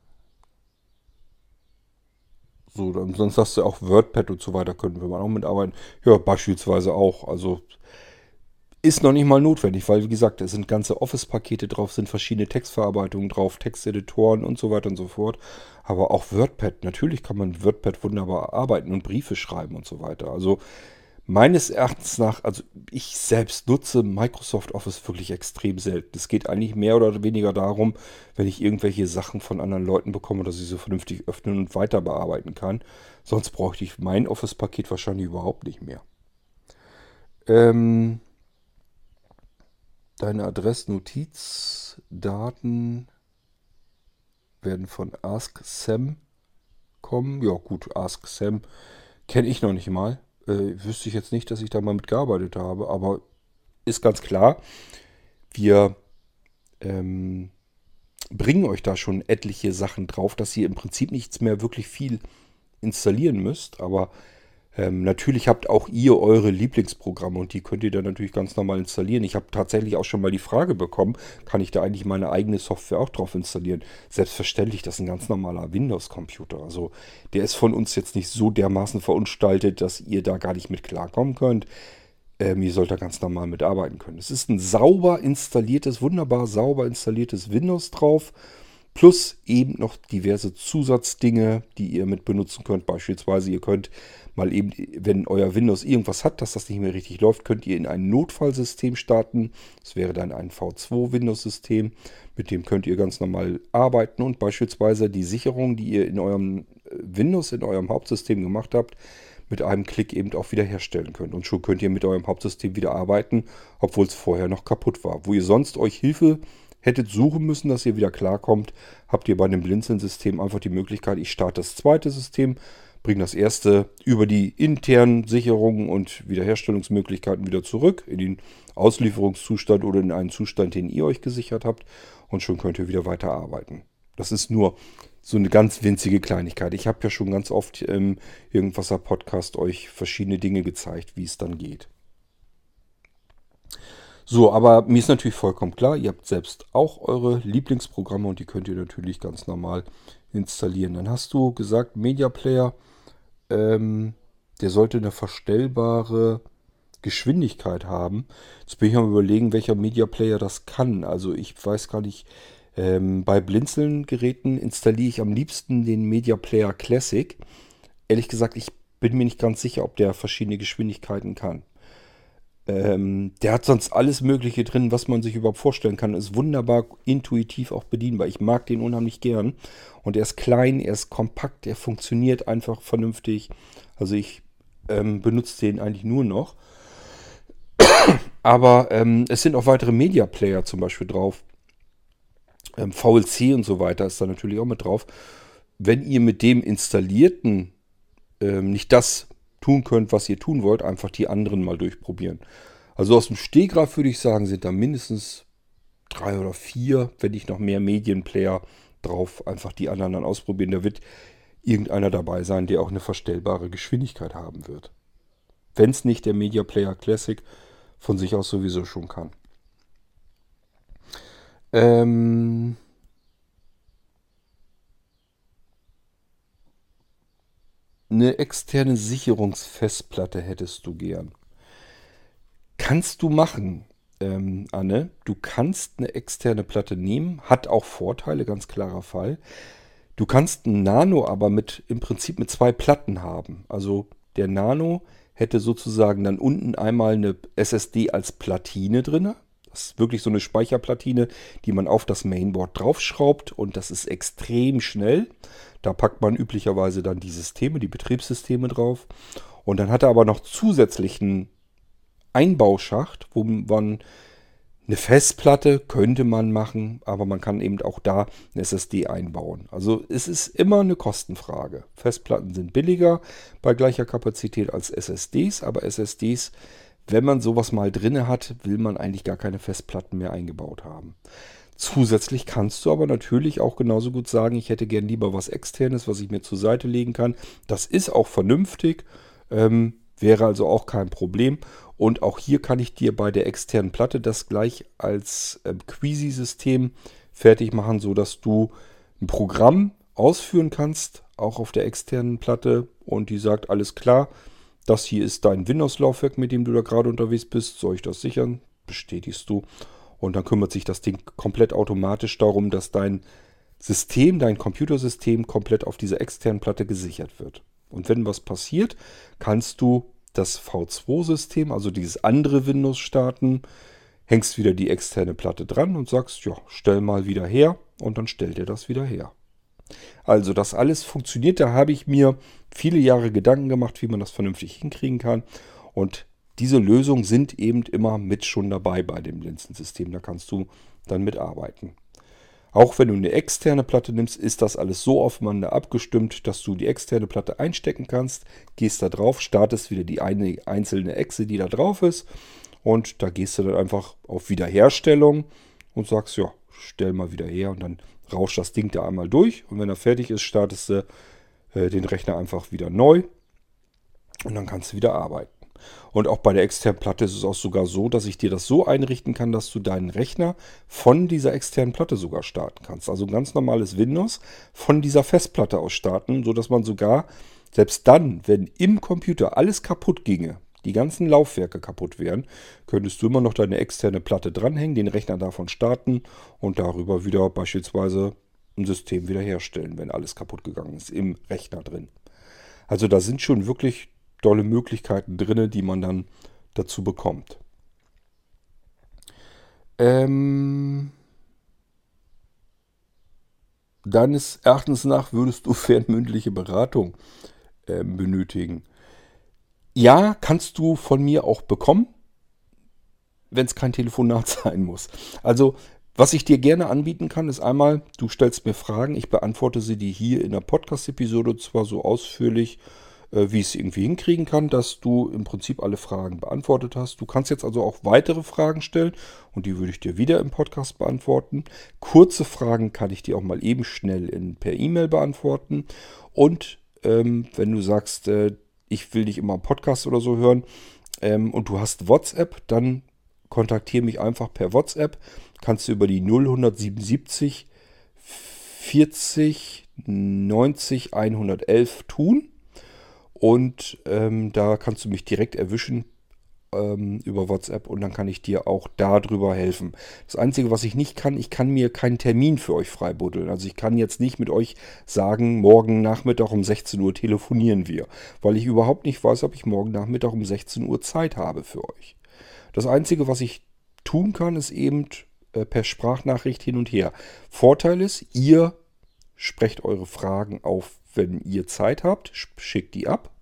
So, dann, sonst sagst du auch WordPad und so weiter, könnten wir mal auch mitarbeiten. Ja, beispielsweise auch. Also ist noch nicht mal notwendig, weil wie gesagt, es sind ganze Office-Pakete drauf, sind verschiedene Textverarbeitungen drauf, Texteditoren und so weiter und so fort. Aber auch WordPad, natürlich kann man WordPad wunderbar arbeiten und Briefe schreiben und so weiter. Also meines Erachtens nach, also ich selbst nutze Microsoft Office wirklich extrem selten. Es geht eigentlich mehr oder weniger darum, wenn ich irgendwelche Sachen von anderen Leuten bekomme, dass ich sie vernünftig öffnen und weiter bearbeiten kann. Sonst bräuchte ich mein Office-Paket wahrscheinlich überhaupt nicht mehr. Ähm, deine Adressnotizdaten werden von Ask Sam kommen. Ja gut, Ask Sam kenne ich noch nicht mal. Äh, wüsste ich jetzt nicht, dass ich da mal mitgearbeitet habe, aber ist ganz klar, wir ähm, bringen euch da schon etliche Sachen drauf, dass ihr im Prinzip nichts mehr wirklich viel installieren müsst, aber ähm, natürlich habt auch ihr eure Lieblingsprogramme und die könnt ihr dann natürlich ganz normal installieren. Ich habe tatsächlich auch schon mal die Frage bekommen, kann ich da eigentlich meine eigene Software auch drauf installieren? Selbstverständlich, das ist ein ganz normaler Windows-Computer. Also der ist von uns jetzt nicht so dermaßen verunstaltet, dass ihr da gar nicht mit klarkommen könnt. Ähm, ihr sollt da ganz normal mitarbeiten können. Es ist ein sauber installiertes, wunderbar sauber installiertes Windows drauf. Plus eben noch diverse Zusatzdinge, die ihr mit benutzen könnt. Beispielsweise, ihr könnt mal eben, wenn euer Windows irgendwas hat, dass das nicht mehr richtig läuft, könnt ihr in ein Notfallsystem starten. Das wäre dann ein V zwei Windows-System. Mit dem könnt ihr ganz normal arbeiten und beispielsweise die Sicherung, die ihr in eurem Windows, in eurem Hauptsystem gemacht habt, mit einem Klick eben auch wiederherstellen könnt. Und schon könnt ihr mit eurem Hauptsystem wieder arbeiten, obwohl es vorher noch kaputt war. Wo ihr sonst euch Hilfe hättet suchen müssen, dass ihr wieder klarkommt, habt ihr bei einem Blinzeln-System einfach die Möglichkeit, ich starte das zweite System, bringe das erste über die internen Sicherungen und Wiederherstellungsmöglichkeiten wieder zurück in den Auslieferungszustand oder in einen Zustand, den ihr euch gesichert habt und schon könnt ihr wieder weiterarbeiten. Das ist nur so eine ganz winzige Kleinigkeit. Ich habe ja schon ganz oft im Irgendwasser-Podcast euch verschiedene Dinge gezeigt, wie es dann geht. So, aber mir ist natürlich vollkommen klar, ihr habt selbst auch eure Lieblingsprogramme und die könnt ihr natürlich ganz normal installieren. Dann hast du gesagt, Media Player, ähm, der sollte eine verstellbare Geschwindigkeit haben. Jetzt bin ich am überlegen, welcher Media Player das kann. Also ich weiß gar nicht, ähm, bei Blinzeln-Geräten installiere ich am liebsten den Media Player Classic. Ehrlich gesagt, ich bin mir nicht ganz sicher, ob der verschiedene Geschwindigkeiten kann. Ähm, der hat sonst alles Mögliche drin, was man sich überhaupt vorstellen kann. Ist wunderbar intuitiv auch bedienbar. Ich mag den unheimlich gern. Und er ist klein, er ist kompakt, er funktioniert einfach vernünftig. Also ich ähm, benutze den eigentlich nur noch. Aber ähm, es sind auch weitere Media Player zum Beispiel drauf. Ähm, V L C und so weiter ist da natürlich auch mit drauf. Wenn ihr mit dem installierten ähm, nicht das tun könnt, was ihr tun wollt, einfach die anderen mal durchprobieren. Also aus dem Stegreif würde ich sagen, sind da mindestens drei oder vier, wenn nicht noch mehr Medienplayer drauf. Einfach die anderen dann ausprobieren. Da wird irgendeiner dabei sein, der auch eine verstellbare Geschwindigkeit haben wird. Wenn es nicht der Media Player Classic von sich aus sowieso schon kann. Ähm... Eine externe Sicherungsfestplatte hättest du gern. Kannst du machen, ähm, Anne. Du kannst eine externe Platte nehmen. Hat auch Vorteile, ganz klarer Fall. Du kannst einen Nano aber mit im Prinzip mit zwei Platten haben. Also der Nano hätte sozusagen dann unten einmal eine S S D als Platine drin. Das ist wirklich so eine Speicherplatine, die man auf das Mainboard draufschraubt und das ist extrem schnell. Da packt man üblicherweise dann die Systeme, die Betriebssysteme drauf. Und dann hat er aber noch zusätzlichen Einbauschacht, wo man Eine Festplatte könnte man machen, aber man kann eben auch da eine S S D einbauen. Also es ist immer eine Kostenfrage. Festplatten sind billiger bei gleicher Kapazität als S S Ds, aber S S Ds, wenn man sowas mal drinne hat, will man eigentlich gar keine Festplatten mehr eingebaut haben. Zusätzlich kannst du aber natürlich auch genauso gut sagen, ich hätte gern lieber was Externes, was ich mir zur Seite legen kann. Das ist auch vernünftig, ähm, wäre also auch kein Problem. Und auch hier kann ich dir bei der externen Platte das gleich als ähm, Quizy-System fertig machen, sodass du ein Programm ausführen kannst, auch auf der externen Platte. Und die sagt, alles klar, das hier ist dein Windows-Laufwerk, mit dem du da gerade unterwegs bist. Soll ich das sichern? Bestätigst du. Und dann kümmert sich das Ding komplett automatisch darum, dass dein System, dein Computersystem komplett auf dieser externen Platte gesichert wird. Und wenn was passiert, kannst du das V zwei System, also dieses andere Windows starten, hängst wieder die externe Platte dran und sagst, ja, stell mal wieder her und dann stellt er das wieder her. Also das alles funktioniert, da habe ich mir viele Jahre Gedanken gemacht, wie man das vernünftig hinkriegen kann und diese Lösungen sind eben immer mit schon dabei bei dem Linsen-System, da kannst du dann mitarbeiten. Auch wenn du eine externe Platte nimmst, ist das alles so aufeinander abgestimmt, dass du die externe Platte einstecken kannst, gehst da drauf, startest wieder die eine einzelne Echse, die da drauf ist und da gehst du dann einfach auf Wiederherstellung und sagst, ja, stell mal wieder her und dann rauscht das Ding da einmal durch und wenn er fertig ist, startest du äh, den Rechner einfach wieder neu und dann kannst du wieder arbeiten. Und auch bei der externen Platte ist es auch sogar so, dass ich dir das so einrichten kann, dass du deinen Rechner von dieser externen Platte sogar starten kannst. Also ein ganz normales Windows von dieser Festplatte aus starten, sodass man sogar, selbst dann, wenn im Computer alles kaputt ginge, die ganzen Laufwerke kaputt wären, könntest du immer noch deine externe Platte dranhängen, den Rechner davon starten und darüber wieder beispielsweise ein System wiederherstellen, wenn alles kaputt gegangen ist, im Rechner drin. Also da sind schon wirklich tolle Möglichkeiten drin, die man dann dazu bekommt. Ähm, deines Erachtens nach würdest du fernmündliche Beratung äh, benötigen. Ja, kannst du von mir auch bekommen, wenn es kein Telefonat sein muss. Also, was ich dir gerne anbieten kann, ist einmal, du stellst mir Fragen, ich beantworte sie dir hier in der Podcast-Episode zwar so ausführlich, äh, wie ich es irgendwie hinkriegen kann, dass du im Prinzip alle Fragen beantwortet hast. Du kannst jetzt also auch weitere Fragen stellen und die würde ich dir wieder im Podcast beantworten. Kurze Fragen kann ich dir auch mal eben schnell in, per E-Mail beantworten. Und ähm, wenn du sagst, äh, ich will dich immer im Podcast oder so hören ähm, und du hast WhatsApp, dann kontaktiere mich einfach per WhatsApp. Kannst du über die null siebenundsiebzig vierzig neunzig hundertelf tun. Und ähm, da kannst du mich direkt erwischen ähm, über WhatsApp und dann kann ich dir auch darüber helfen. Das Einzige, was ich nicht kann, ich kann mir keinen Termin für euch freibuddeln. Also ich kann jetzt nicht mit euch sagen, morgen Nachmittag um sechzehn Uhr telefonieren wir, weil ich überhaupt nicht weiß, ob ich morgen Nachmittag um sechzehn Uhr Zeit habe für euch. Das Einzige, was ich tun kann, ist eben äh, per Sprachnachricht hin und her. Vorteil ist, ihr sprecht eure Fragen auf, wenn ihr Zeit habt, schickt die ab.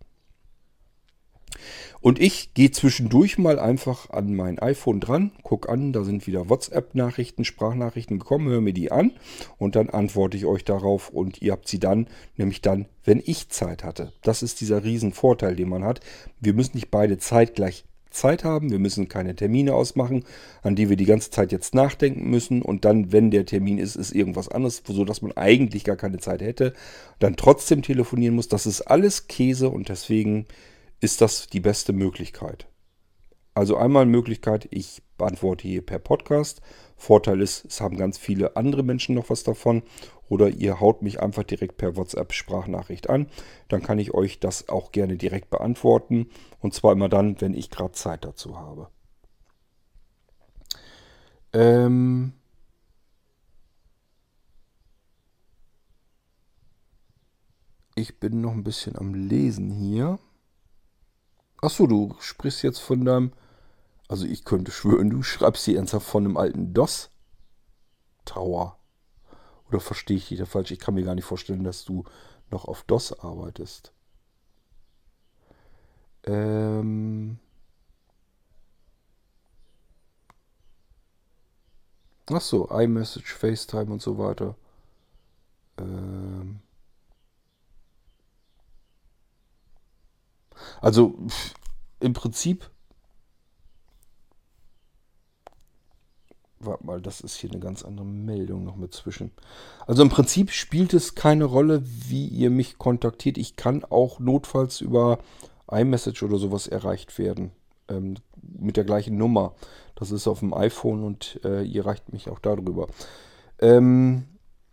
Und ich gehe zwischendurch mal einfach an mein iPhone dran, gucke an, da sind wieder WhatsApp-Nachrichten, Sprachnachrichten gekommen, höre mir die an und dann antworte ich euch darauf und ihr habt sie dann, nämlich dann, wenn ich Zeit hatte. Das ist dieser Riesenvorteil, den man hat. Wir müssen nicht beide zeitgleich Zeit haben, wir müssen keine Termine ausmachen, an die wir die ganze Zeit jetzt nachdenken müssen und dann, wenn der Termin ist, ist irgendwas anderes, sodass man eigentlich gar keine Zeit hätte, dann trotzdem telefonieren muss. Das ist alles Käse und deswegen ist das die beste Möglichkeit. Also einmal Möglichkeit, ich beantworte hier per Podcast. Vorteil ist, es haben ganz viele andere Menschen noch was davon. Oder ihr haut mich einfach direkt per WhatsApp-Sprachnachricht an. Dann kann ich euch das auch gerne direkt beantworten. Und zwar immer dann, wenn ich gerade Zeit dazu habe. Ähm ich bin noch ein bisschen am Lesen hier. Achso, du sprichst jetzt von deinem... Also ich könnte schwören, du schreibst hier ernsthaft von einem alten DOS-Tower. Oder verstehe ich dich da falsch? Ich kann mir gar nicht vorstellen, dass du noch auf DOS arbeitest. Ähm... Ach so, iMessage, FaceTime und so weiter. Ähm, also pff, im Prinzip, warte mal, das ist hier eine ganz andere Meldung noch mit zwischen. Also im Prinzip spielt es keine Rolle, wie ihr mich kontaktiert. Ich kann auch notfalls über iMessage oder sowas erreicht werden. Ähm, mit der gleichen Nummer. Das ist auf dem iPhone und äh, ihr erreicht mich auch darüber. Ähm,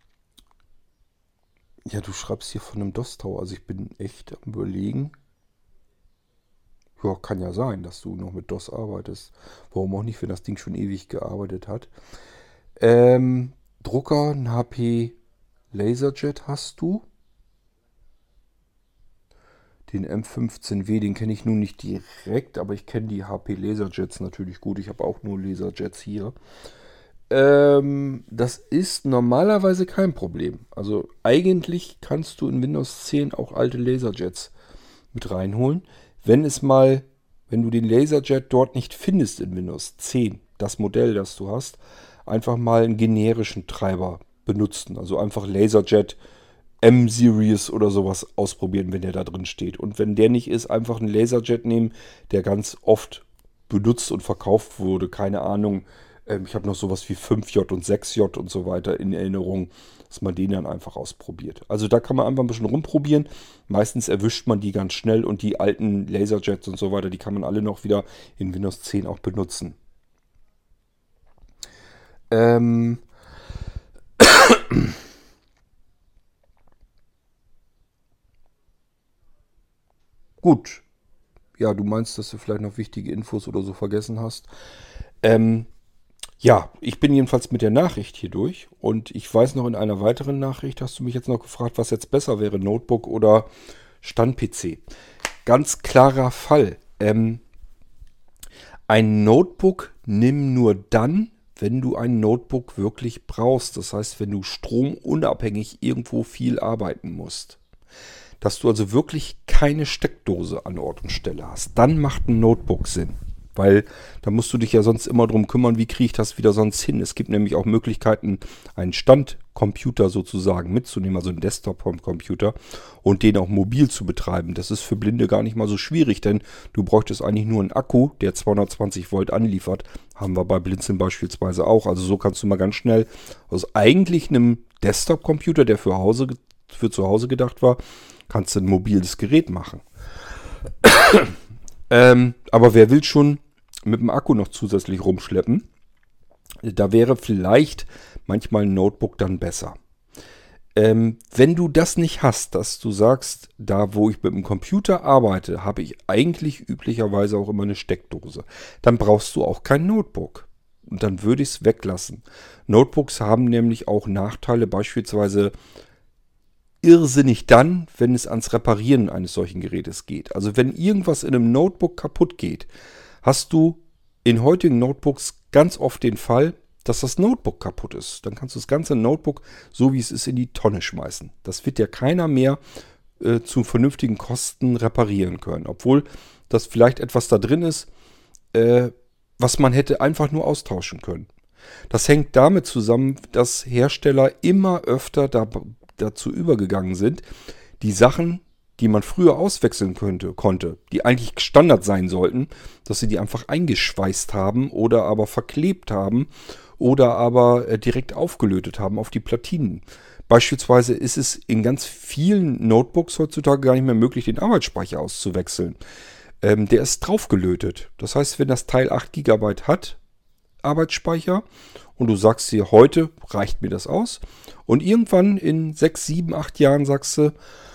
ja, du schreibst hier von einem DOS-Tower. Also ich bin echt am Überlegen. Ja, kann ja sein, dass du noch mit DOS arbeitest. Warum auch nicht, wenn das Ding schon ewig gearbeitet hat. Ähm, Drucker, ein H P Laserjet hast du. Den M fünfzehn W, den kenne ich nun nicht direkt, aber ich kenne die H P Laserjets natürlich gut. Ich habe auch nur Laserjets hier. Ähm, das ist normalerweise kein Problem. Also eigentlich kannst du in Windows zehn auch alte Laserjets mit reinholen. Wenn es mal, wenn du den Laserjet dort nicht findest in Windows zehn, das Modell, das du hast, einfach mal einen generischen Treiber benutzen. Also einfach Laserjet M-Series oder sowas ausprobieren, wenn der da drin steht. Und wenn der nicht ist, einfach einen Laserjet nehmen, der ganz oft benutzt und verkauft wurde. Keine Ahnung. Ähm, ich habe noch sowas wie fünf J und sechs J und so weiter in Erinnerung, dass man den dann einfach ausprobiert. Also da kann man einfach ein bisschen rumprobieren. Meistens erwischt man die ganz schnell und die alten Laserjets und so weiter, die kann man alle noch wieder in Windows zehn auch benutzen. Ähm, gut. Ja, du meinst, dass du vielleicht noch wichtige Infos oder so vergessen hast. Ähm, ja, ich bin jedenfalls mit der Nachricht hier durch und ich weiß noch, in einer weiteren Nachricht hast du mich jetzt noch gefragt, was jetzt besser wäre, Notebook oder Stand-P C. Ganz klarer Fall. Ähm, ein Notebook nimm nur dann, wenn du ein Notebook wirklich brauchst. Das heißt, wenn du stromunabhängig irgendwo viel arbeiten musst. Dass du also wirklich keine Steckdose an Ort und Stelle hast. Dann macht ein Notebook Sinn. Weil da musst du dich ja sonst immer drum kümmern, wie kriege ich das wieder sonst hin. Es gibt nämlich auch Möglichkeiten, einen Standcomputer sozusagen mitzunehmen, also einen Desktop-Computer und den auch mobil zu betreiben. Das ist für Blinde gar nicht mal so schwierig, denn du bräuchtest eigentlich nur einen Akku, der zweihundertzwanzig Volt anliefert. Haben wir bei Blinzeln beispielsweise auch. Also so kannst du mal ganz schnell aus eigentlich einem Desktop-Computer, der für, Hause, für zu Hause gedacht war, kannst du ein mobiles Gerät machen. ähm, aber wer will schon mit dem Akku noch zusätzlich rumschleppen? Da wäre vielleicht manchmal ein Notebook dann besser. Ähm, wenn du das nicht hast, dass du sagst, da wo ich mit dem Computer arbeite, habe ich eigentlich üblicherweise auch immer eine Steckdose, dann brauchst du auch kein Notebook. Und dann würde ich es weglassen. Notebooks haben nämlich auch Nachteile, beispielsweise irrsinnig dann, wenn es ans Reparieren eines solchen Gerätes geht. Also wenn irgendwas in einem Notebook kaputt geht, hast du in heutigen Notebooks ganz oft den Fall, dass das Notebook kaputt ist. Dann kannst du das ganze Notebook, so wie es ist, in die Tonne schmeißen. Das wird ja keiner mehr äh, zu vernünftigen Kosten reparieren können. Obwohl das vielleicht etwas da drin ist, äh, was man hätte einfach nur austauschen können. Das hängt damit zusammen, dass Hersteller immer öfter da, dazu übergegangen sind, die Sachen, die man früher auswechseln könnte, konnte, die eigentlich Standard sein sollten, dass sie die einfach eingeschweißt haben oder aber verklebt haben oder aber äh, direkt aufgelötet haben auf die Platinen. Beispielsweise ist es in ganz vielen Notebooks heutzutage gar nicht mehr möglich, den Arbeitsspeicher auszuwechseln. Ähm, der ist draufgelötet. Das heißt, wenn das Teil acht Gigabyte hat, Arbeitsspeicher, und du sagst dir, heute reicht mir das aus, und irgendwann in sechs, sieben, acht Jahren sagst du,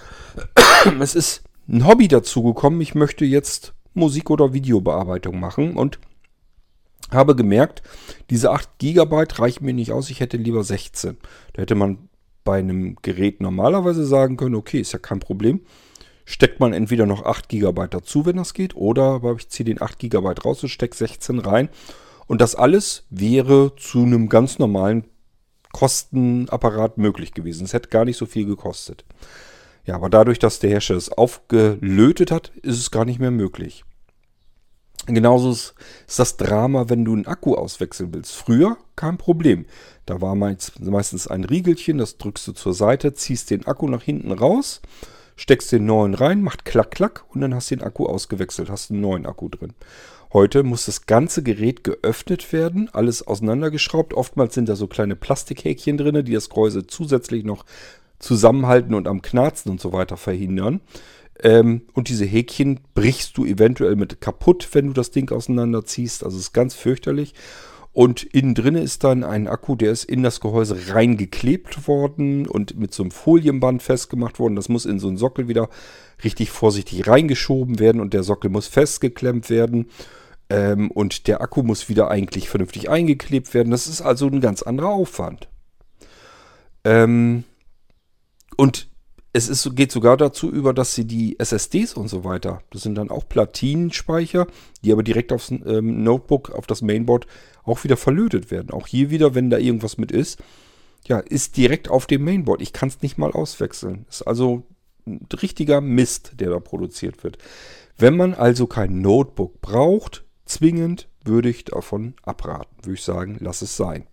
es ist ein Hobby dazugekommen, ich möchte jetzt Musik- oder Videobearbeitung machen und habe gemerkt, diese acht Gigabyte reichen mir nicht aus, ich hätte lieber sechzehn. Da hätte man bei einem Gerät normalerweise sagen können, okay, ist ja kein Problem. Steckt man entweder noch acht Gigabyte dazu, wenn das geht, oder aber ich ziehe den acht Gigabyte raus und stecke sechzehn rein. Und das alles wäre zu einem ganz normalen Kostenapparat möglich gewesen. Es hätte gar nicht so viel gekostet. Ja, aber dadurch, dass der Hersteller es aufgelötet hat, ist es gar nicht mehr möglich. Genauso ist, ist das Drama, wenn du einen Akku auswechseln willst. Früher kein Problem. Da war meist, meistens ein Riegelchen, das drückst du zur Seite, ziehst den Akku nach hinten raus, steckst den neuen rein, macht klack, klack und dann hast du den Akku ausgewechselt, hast einen neuen Akku drin. Heute muss das ganze Gerät geöffnet werden, alles auseinandergeschraubt. Oftmals sind da so kleine Plastikhäkchen drin, die das Gehäuse zusätzlich noch zusammenhalten und am Knarzen und so weiter verhindern. Ähm, und diese Häkchen brichst du eventuell mit kaputt, wenn du das Ding auseinanderziehst. Also es ist ganz fürchterlich. Und innen drin ist dann ein Akku, der ist in das Gehäuse reingeklebt worden und mit so einem Folienband festgemacht worden. Das muss in so einen Sockel wieder richtig vorsichtig reingeschoben werden und der Sockel muss festgeklemmt werden. Ähm, und der Akku muss wieder eigentlich vernünftig eingeklebt werden. Das ist also ein ganz anderer Aufwand. Ähm, und Es ist, geht sogar dazu über, dass sie die S S Ds und so weiter, das sind dann auch Platinenspeicher, die aber direkt aufs ähm, Notebook, auf das Mainboard auch wieder verlötet werden. Auch hier wieder, wenn da irgendwas mit ist, ja, ist direkt auf dem Mainboard. Ich kann es nicht mal auswechseln. Ist also ein richtiger Mist, der da produziert wird. Wenn man also kein Notebook braucht, zwingend würde ich davon abraten. Würde ich sagen, lass es sein.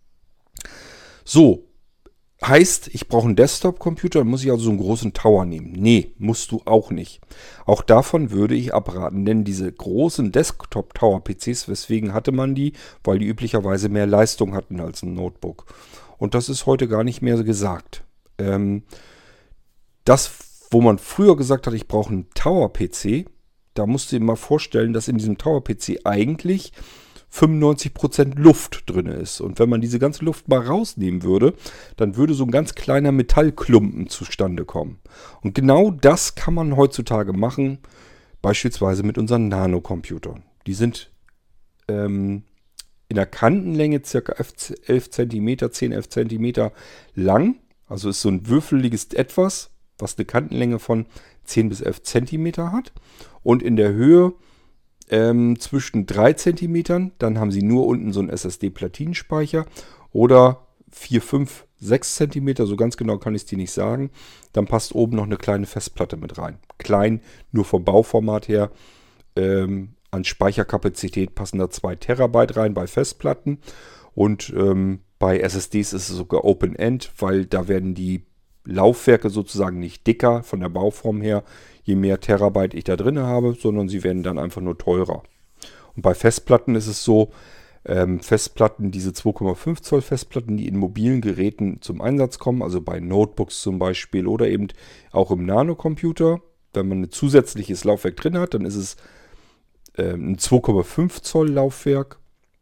So. Heißt, ich brauche einen Desktop-Computer, dann muss ich also so einen großen Tower nehmen. Nee, musst du auch nicht. Auch davon würde ich abraten, denn diese großen Desktop-Tower-P Cs, weswegen hatte man die? Weil die üblicherweise mehr Leistung hatten als ein Notebook. Und das ist heute gar nicht mehr so gesagt. Ähm, das, wo man früher gesagt hat, ich brauche einen Tower-P C, da musst du dir mal vorstellen, dass in diesem Tower-P C eigentlich fünfundneunzig Prozent Luft drin ist. Und wenn man diese ganze Luft mal rausnehmen würde, dann würde so ein ganz kleiner Metallklumpen zustande kommen. Und genau das kann man heutzutage machen, beispielsweise mit unseren Nanocomputern. Die sind ähm, in der Kantenlänge ca. elf Zentimeter, zehn, elf Zentimeter lang. Also ist so ein würfeliges Etwas, was eine Kantenlänge von zehn bis elf Zentimeter hat. Und in der Höhe Ähm, zwischen drei Zentimetern, dann haben sie nur unten so einen S S D-Platinenspeicher oder vier, fünf, sechs Zentimeter, so ganz genau kann ich es dir nicht sagen. Dann passt oben noch eine kleine Festplatte mit rein. Klein, nur vom Bauformat her. Ähm, an Speicherkapazität passen da zwei Terabyte rein bei Festplatten und ähm, bei S S Ds ist es sogar Open-End, weil da werden die Laufwerke sozusagen nicht dicker von der Bauform her, je mehr Terabyte ich da drin habe, sondern sie werden dann einfach nur teurer. Und bei Festplatten ist es so, ähm, Festplatten, diese zwei Komma fünf Zoll Festplatten, die in mobilen Geräten zum Einsatz kommen, also bei Notebooks zum Beispiel oder eben auch im Nanocomputer, wenn man ein zusätzliches Laufwerk drin hat, dann ist es ähm, ein zwei Komma fünf Zoll Laufwerk.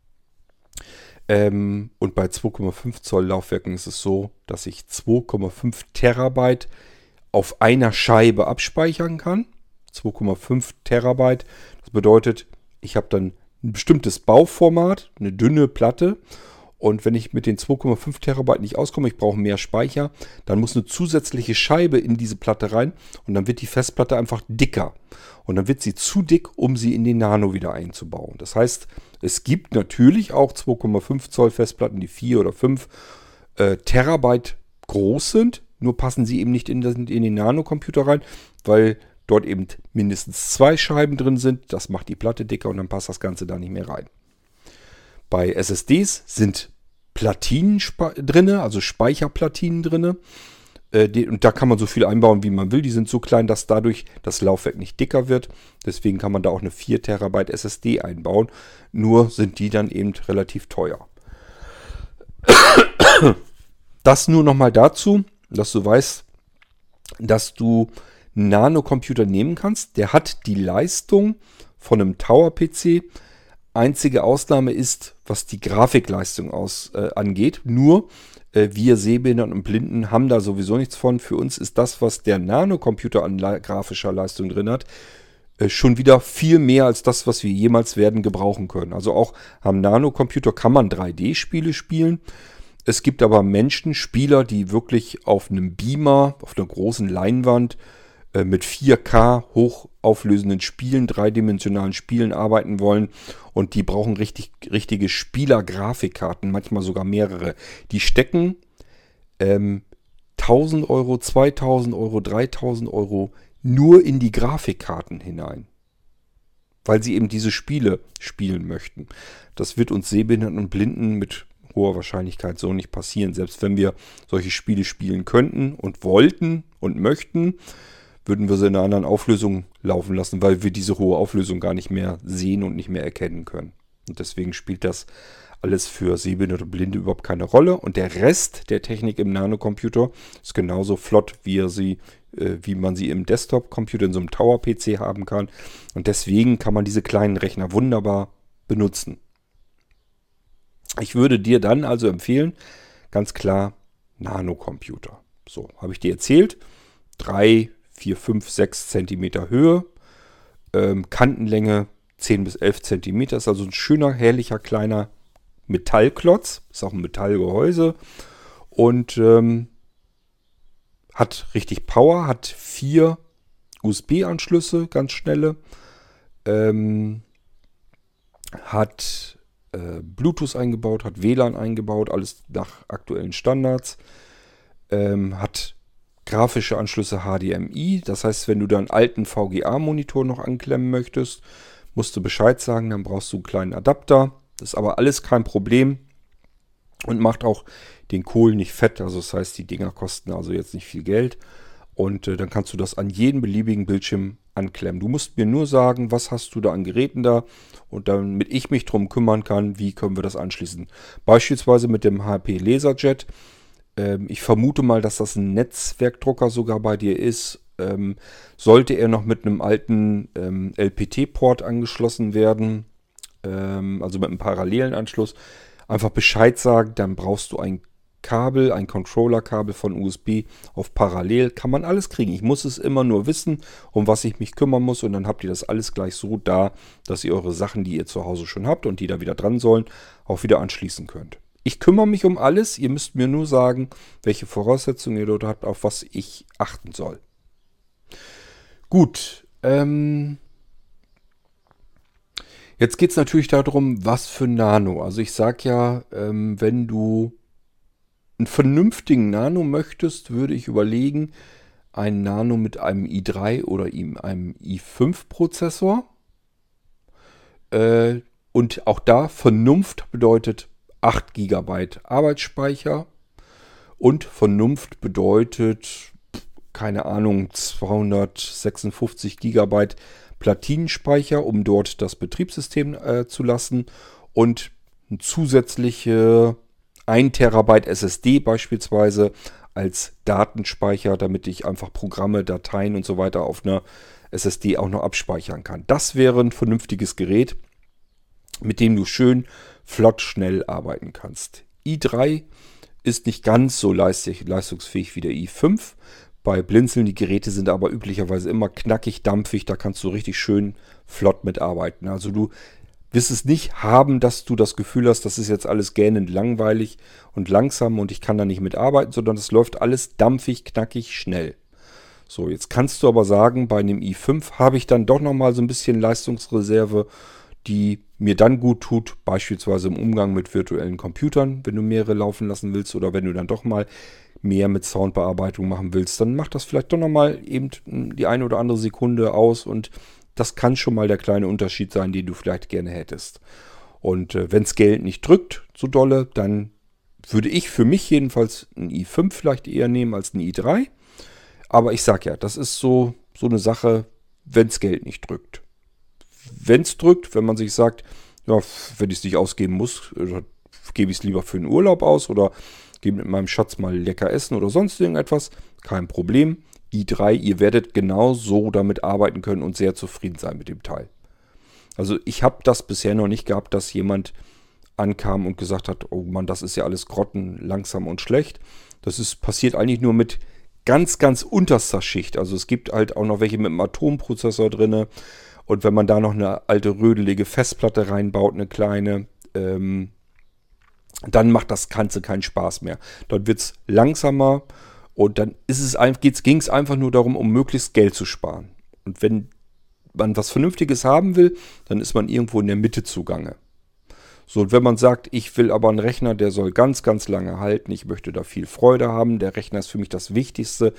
Ähm, und bei zwei Komma fünf Zoll Laufwerken ist es so, dass ich zwei Komma fünf Terabyte auf einer Scheibe abspeichern kann. zwei Komma fünf Terabyte. Das bedeutet, ich habe dann ein bestimmtes Bauformat, eine dünne Platte. Und wenn ich mit den zwei Komma fünf Terabyte nicht auskomme, ich brauche mehr Speicher, dann muss eine zusätzliche Scheibe in diese Platte rein und dann wird die Festplatte einfach dicker. Und dann wird sie zu dick, um sie in den Nano wieder einzubauen. Das heißt, es gibt natürlich auch zwei Komma fünf Zoll Festplatten, die vier oder fünf äh, Terabyte groß sind. Nur passen sie eben nicht in den, in den Nanocomputer rein, weil dort eben mindestens zwei Scheiben drin sind. Das macht die Platte dicker und dann passt das Ganze da nicht mehr rein. Bei S S Ds sind Platinen drin, also Speicherplatinen drin. Äh, die, und da kann man so viel einbauen, wie man will. Die sind so klein, dass dadurch das Laufwerk nicht dicker wird. Deswegen kann man da auch eine vier Terabyte S S D einbauen. Nur sind die dann eben relativ teuer. Das nur nochmal dazu, dass du weißt, dass du einen Nanocomputer nehmen kannst. Der hat die Leistung von einem Tower-P C. Einzige Ausnahme ist, was die Grafikleistung aus, äh, angeht. Nur äh, wir Sehbehinderten und Blinden haben da sowieso nichts von. Für uns ist das, was der Nanocomputer an la- grafischer Leistung drin hat, äh, schon wieder viel mehr als das, was wir jemals werden gebrauchen können. Also auch am Nanocomputer kann man drei D-Spiele spielen. Es gibt aber Menschen, Spieler, die wirklich auf einem Beamer, auf einer großen Leinwand äh, mit vier K hochauflösenden Spielen, dreidimensionalen Spielen arbeiten wollen. Und die brauchen richtig, richtige Spieler-Grafikkarten, manchmal sogar mehrere. Die stecken ähm, tausend Euro, zweitausend Euro, dreitausend Euro nur in die Grafikkarten hinein. weil sie eben diese Spiele spielen möchten. Das wird uns Sehbehinderten und Blinden mit hoher Wahrscheinlichkeit so nicht passieren. Selbst wenn wir solche Spiele spielen könnten und wollten und möchten, würden wir sie in einer anderen Auflösung laufen lassen, weil wir diese hohe Auflösung gar nicht mehr sehen und nicht mehr erkennen können. Und deswegen spielt das alles für Sehbehinderte und Blinde überhaupt keine Rolle. Und der Rest der Technik im Nanocomputer ist genauso flott, wie, er sie, äh, wie man sie im Desktop-Computer, in so einem Tower-P C haben kann. Und deswegen kann man diese kleinen Rechner wunderbar benutzen. Ich würde dir dann also empfehlen, ganz klar, Nanocomputer. So, habe ich dir erzählt. drei, vier, fünf, sechs Zentimeter Höhe, ähm, Kantenlänge zehn bis elf Zentimeter. Ist also ein schöner, herrlicher, kleiner Metallklotz. Ist auch ein Metallgehäuse. Und ähm, hat richtig Power, hat vier U S B-Anschlüsse, ganz schnelle. Ähm, hat äh, Bluetooth eingebaut, hat W L A N eingebaut, alles nach aktuellen Standards. Ähm, hat grafische Anschlüsse H D M I. Das heißt, wenn du da einen alten V G A-Monitor noch anklemmen möchtest, musst du Bescheid sagen, dann brauchst du einen kleinen Adapter. Das ist aber alles kein Problem und macht auch den Kohl nicht fett. Also das heißt, die Dinger kosten also jetzt nicht viel Geld. Und äh, dann kannst du das an jeden beliebigen Bildschirm anklemmen. Du musst mir nur sagen, was hast du da an Geräten da und damit ich mich drum kümmern kann, wie können wir das anschließen. Beispielsweise mit dem H P LaserJet. Ähm, ich vermute mal, dass das ein Netzwerkdrucker sogar bei dir ist. Ähm, sollte er noch mit einem alten ähm, L P T-Port angeschlossen werden, ähm, also mit einem parallelen Anschluss, einfach Bescheid sagen, dann brauchst du ein Kabel, ein Controller-Kabel von U S B auf parallel. Kann man alles kriegen. Ich muss es immer nur wissen, um was ich mich kümmern muss. Und dann habt ihr das alles gleich so da, dass ihr eure Sachen, die ihr zu Hause schon habt und die da wieder dran sollen, auch wieder anschließen könnt. Ich kümmere mich um alles. Ihr müsst mir nur sagen, welche Voraussetzungen ihr dort habt, auf was ich achten soll. Gut. Ähm Jetzt geht es natürlich darum, was für Nano. Also ich sage ja, ähm, wenn du einen vernünftigen Nano möchtest, würde ich überlegen, ein Nano mit einem i drei oder einem i fünf Prozessor. Äh, und auch da Vernunft bedeutet acht Gigabyte Arbeitsspeicher. Und Vernunft bedeutet, keine Ahnung, zweihundertsechsundfünfzig Gigabyte Platinenspeicher, um dort das Betriebssystem äh, zu lassen. Und eine zusätzliche ein Terabyte S S D beispielsweise als Datenspeicher, damit ich einfach Programme, Dateien und so weiter auf einer S S D auch noch abspeichern kann. Das wäre ein vernünftiges Gerät, mit dem du schön flott schnell arbeiten kannst. i drei ist nicht ganz so leistungsfähig wie der i fünf. Bei Blinzeln, die Geräte sind aber üblicherweise immer knackig, dampfig, da kannst du richtig schön flott mitarbeiten. Also du wirst es nicht haben, dass du das Gefühl hast, das ist jetzt alles gähnend langweilig und langsam und ich kann da nicht mitarbeiten, sondern es läuft alles dampfig, knackig, schnell. So, jetzt kannst du aber sagen, bei einem i fünf habe ich dann doch nochmal so ein bisschen Leistungsreserve, die mir dann gut tut, beispielsweise im Umgang mit virtuellen Computern, wenn du mehrere laufen lassen willst oder wenn du dann doch mal mehr mit Soundbearbeitung machen willst, dann macht das vielleicht doch nochmal eben die eine oder andere Sekunde aus und das kann schon mal der kleine Unterschied sein, den du vielleicht gerne hättest. Und äh, wenn das Geld nicht drückt so dolle, dann würde ich für mich jedenfalls ein i fünf vielleicht eher nehmen als ein i drei. Aber ich sag ja, das ist so, so eine Sache, wenn das Geld nicht drückt. Wenn es drückt, wenn man sich sagt, ja, wenn ich es nicht ausgeben muss, gebe ich es lieber für einen Urlaub aus oder gehe mit meinem Schatz mal lecker essen oder sonst irgendetwas, kein Problem. i drei, ihr werdet genau so damit arbeiten können und sehr zufrieden sein mit dem Teil. Also ich habe das bisher noch nicht gehabt, dass jemand ankam und gesagt hat, oh Mann, das ist ja alles grotten, langsam und schlecht. Das ist passiert eigentlich nur mit ganz, ganz unterster Schicht. Also es gibt halt auch noch welche mit einem Atomprozessor drin. Und wenn man da noch eine alte rödelige Festplatte reinbaut, eine kleine, ähm, dann macht das Ganze keinen Spaß mehr. Dann wird es langsamer und dann ist es, ging es einfach nur darum, um möglichst Geld zu sparen. Und wenn man was Vernünftiges haben will, dann ist man irgendwo in der Mitte zugange. So, und wenn man sagt, ich will aber einen Rechner, der soll ganz, ganz lange halten, ich möchte da viel Freude haben, der Rechner ist für mich das Wichtigste,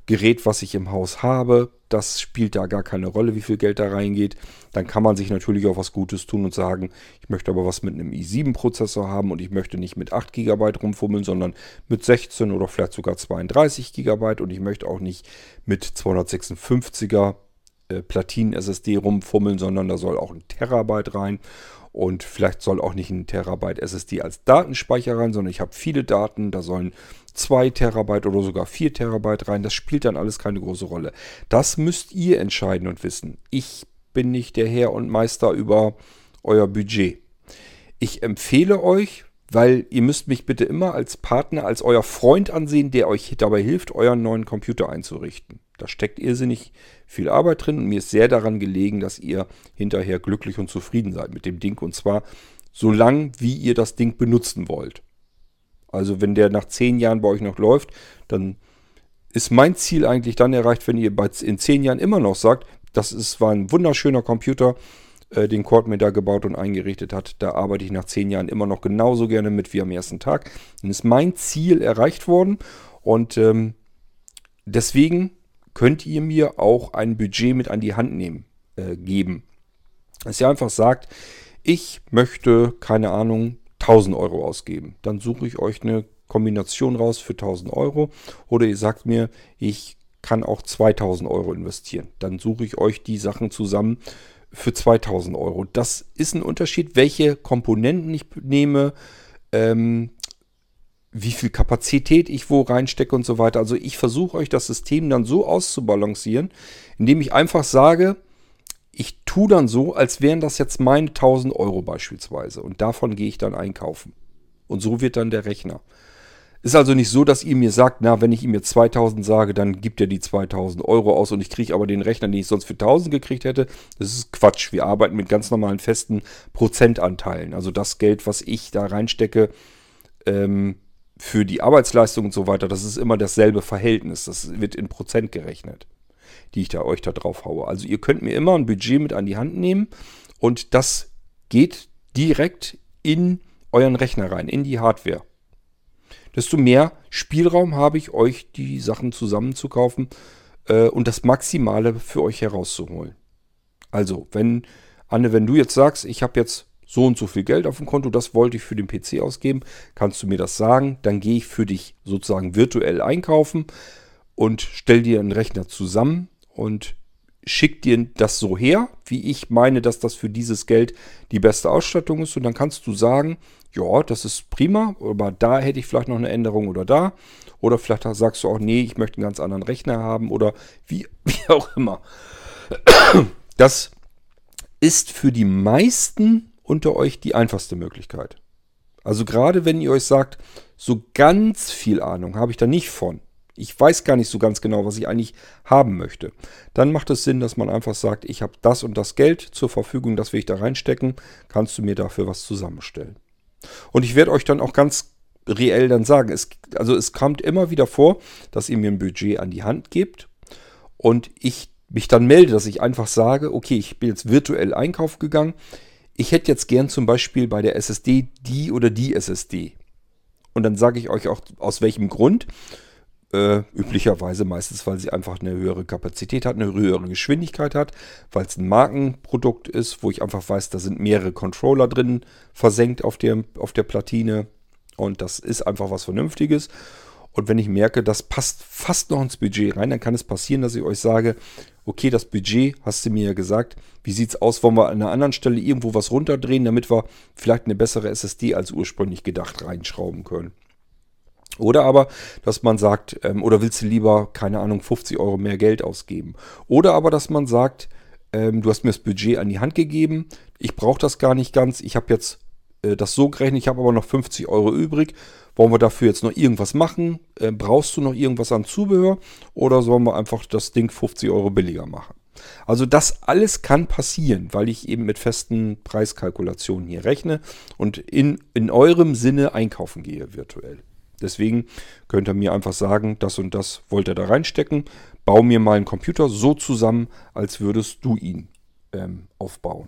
Gerät, was ich im Haus habe. Das spielt da gar keine Rolle, wie viel Geld da reingeht. Dann kann man sich natürlich auch was Gutes tun und sagen, ich möchte aber was mit einem i sieben Prozessor haben und ich möchte nicht mit acht Gigabyte rumfummeln, sondern mit sechzehn oder vielleicht sogar zweiunddreißig Gigabyte und ich möchte auch nicht mit zweihundertsechsundfünfziger äh, Platinen-S S D rumfummeln, sondern da soll auch ein Terabyte rein. Und vielleicht soll auch nicht ein Terabyte S S D als Datenspeicher rein, sondern ich habe viele Daten, da sollen zwei Terabyte oder sogar vier Terabyte rein. Das spielt dann alles keine große Rolle. Das müsst ihr entscheiden und wissen. Ich bin nicht der Herr und Meister über euer Budget. Ich empfehle euch, weil ihr müsst mich bitte immer als Partner, als euer Freund ansehen, der euch dabei hilft, euren neuen Computer einzurichten. Da steckt irrsinnig viel Arbeit drin und mir ist sehr daran gelegen, dass ihr hinterher glücklich und zufrieden seid mit dem Ding. Und zwar so lang, wie ihr das Ding benutzen wollt. Also wenn der nach zehn Jahren bei euch noch läuft, dann ist mein Ziel eigentlich dann erreicht, wenn ihr bei, in zehn Jahren immer noch sagt, das ist, war ein wunderschöner Computer, äh, den Cord mir da gebaut und eingerichtet hat. Da arbeite ich nach zehn Jahren immer noch genauso gerne mit wie am ersten Tag. Dann ist mein Ziel erreicht worden und ähm, deswegen könnt ihr mir auch ein Budget mit an die Hand nehmen, äh, geben. Dass ihr einfach sagt, ich möchte, keine Ahnung, tausend Euro ausgeben. Dann suche ich euch eine Kombination raus für tausend Euro. Oder ihr sagt mir, ich kann auch zweitausend Euro investieren. Dann suche ich euch die Sachen zusammen für zweitausend Euro. Das ist ein Unterschied, welche Komponenten ich nehme, ähm, wie viel Kapazität ich wo reinstecke und so weiter. Also ich versuche euch das System dann so auszubalancieren, indem ich einfach sage, ich tue dann so, als wären das jetzt meine tausend Euro beispielsweise. Und davon gehe ich dann einkaufen. Und so wird dann der Rechner. Ist also nicht so, dass ihr mir sagt, na, wenn ich ihm jetzt zweitausend sage, dann gibt er die zweitausend Euro aus und ich kriege aber den Rechner, den ich sonst für tausend gekriegt hätte. Das ist Quatsch. Wir arbeiten mit ganz normalen festen Prozentanteilen. Also das Geld, was ich da reinstecke, ähm, für die Arbeitsleistung und so weiter, das ist immer dasselbe Verhältnis. Das wird in Prozent gerechnet, die ich da euch da drauf haue. Also ihr könnt mir immer ein Budget mit an die Hand nehmen und das geht direkt in euren Rechner rein, in die Hardware. Desto mehr Spielraum habe ich, euch die Sachen zusammenzukaufen äh, und das Maximale für euch herauszuholen. Also, wenn, Anne, wenn du jetzt sagst, ich habe jetzt so und so viel Geld auf dem Konto, das wollte ich für den P C ausgeben, kannst du mir das sagen, dann gehe ich für dich sozusagen virtuell einkaufen und stell dir einen Rechner zusammen und schick dir das so her, wie ich meine, dass das für dieses Geld die beste Ausstattung ist. Und dann kannst du sagen, ja, das ist prima, aber da hätte ich vielleicht noch eine Änderung oder da. Oder vielleicht sagst du auch, nee, ich möchte einen ganz anderen Rechner haben oder wie, wie auch immer. Das ist für die meisten unter euch die einfachste Möglichkeit. Also gerade wenn ihr euch sagt, so ganz viel Ahnung habe ich da nicht von. Ich weiß gar nicht so ganz genau, was ich eigentlich haben möchte. Dann macht es Sinn, dass man einfach sagt, ich habe das und das Geld zur Verfügung, das will ich da reinstecken. Kannst du mir dafür was zusammenstellen? Und ich werde euch dann auch ganz reell dann sagen, es, also es kommt immer wieder vor, dass ihr mir ein Budget an die Hand gebt und ich mich dann melde, dass ich einfach sage, okay, ich bin jetzt virtuell einkaufen gegangen. Ich hätte jetzt gern zum Beispiel bei der S S D die oder die S S D. Und dann sage ich euch auch, aus welchem Grund. Äh, üblicherweise meistens, weil sie einfach eine höhere Kapazität hat, eine höhere Geschwindigkeit hat, weil es ein Markenprodukt ist, wo ich einfach weiß, da sind mehrere Controller drin versenkt auf der, auf der Platine. Und das ist einfach was Vernünftiges. Und wenn ich merke, das passt fast noch ins Budget rein, dann kann es passieren, dass ich euch sage, okay, das Budget, hast du mir ja gesagt, wie sieht es aus, wollen wir an einer anderen Stelle irgendwo was runterdrehen, damit wir vielleicht eine bessere S S D als ursprünglich gedacht reinschrauben können. Oder aber, dass man sagt, ähm, oder willst du lieber, keine Ahnung, fünfzig Euro mehr Geld ausgeben? Oder aber, dass man sagt, ähm, du hast mir das Budget an die Hand gegeben, ich brauche das gar nicht ganz, ich habe jetzt äh, das so gerechnet, ich habe aber noch fünfzig Euro übrig. Wollen wir dafür jetzt noch irgendwas machen? Äh, brauchst du noch irgendwas an Zubehör? Oder sollen wir einfach das Ding fünfzig Euro billiger machen? Also das alles kann passieren, weil ich eben mit festen Preiskalkulationen hier rechne und in, in eurem Sinne einkaufen gehe virtuell. Deswegen könnt ihr mir einfach sagen, das und das wollt ihr da reinstecken. Bau mir mal einen Computer so zusammen, als würdest du ihn ähm, aufbauen.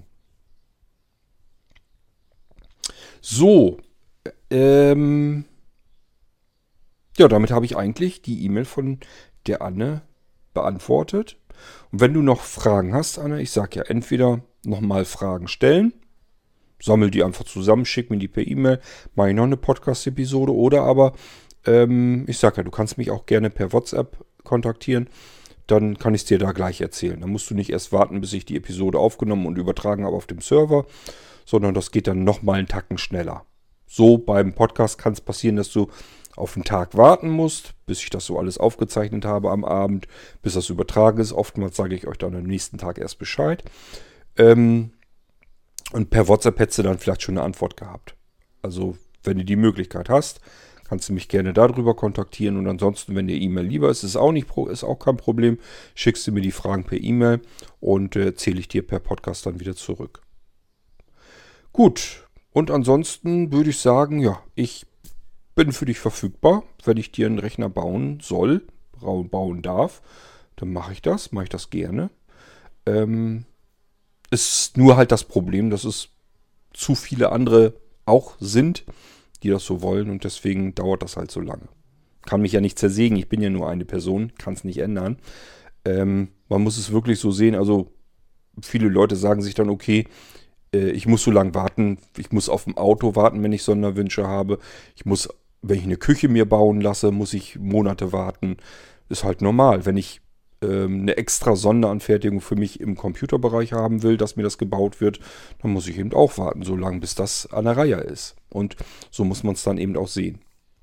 So, ähm, ja, damit habe ich eigentlich die E-Mail von der Anne beantwortet. Und wenn du noch Fragen hast, Anne, ich sage ja, entweder nochmal Fragen stellen, sammel die einfach zusammen, schick mir die per E-Mail, mache ich noch eine Podcast-Episode, oder aber, ähm, ich sage ja, du kannst mich auch gerne per WhatsApp kontaktieren, dann kann ich es dir da gleich erzählen. Dann musst du nicht erst warten, bis ich die Episode aufgenommen und übertragen habe auf dem Server, sondern das geht dann nochmal einen Tacken schneller. So beim Podcast kann es passieren, dass du auf einen Tag warten musst, bis ich das so alles aufgezeichnet habe am Abend, bis das übertragen ist. Oftmals sage ich euch dann am nächsten Tag erst Bescheid. Ähm, und per WhatsApp hättest du dann vielleicht schon eine Antwort gehabt. Also wenn du die Möglichkeit hast, kannst du mich gerne darüber kontaktieren. Und ansonsten, wenn dir E-Mail lieber ist, ist auch, nicht, ist auch kein Problem. Schickst du mir die Fragen per E-Mail und äh, zähle ich dir per Podcast dann wieder zurück. Gut, und ansonsten würde ich sagen, ja, ich bin für dich verfügbar. Wenn ich dir einen Rechner bauen soll, bauen darf, dann mache ich das, mache ich das gerne. Ähm, ist nur halt das Problem, dass es zu viele andere auch sind, die das so wollen, und deswegen dauert das halt so lange. Kann mich ja nicht zersägen, ich bin ja nur eine Person, kann es nicht ändern. Ähm, man muss es wirklich so sehen, also viele Leute sagen sich dann, okay, äh, ich muss so lange warten, ich muss auf dem Auto warten, wenn ich Sonderwünsche habe, ich muss, wenn ich eine Küche mir bauen lasse, muss ich Monate warten. Ist halt normal. Wenn ich ähm, eine extra Sonderanfertigung für mich im Computerbereich haben will, dass mir das gebaut wird, dann muss ich eben auch warten, so lange bis das an der Reihe ist. Und so muss man es dann eben auch sehen.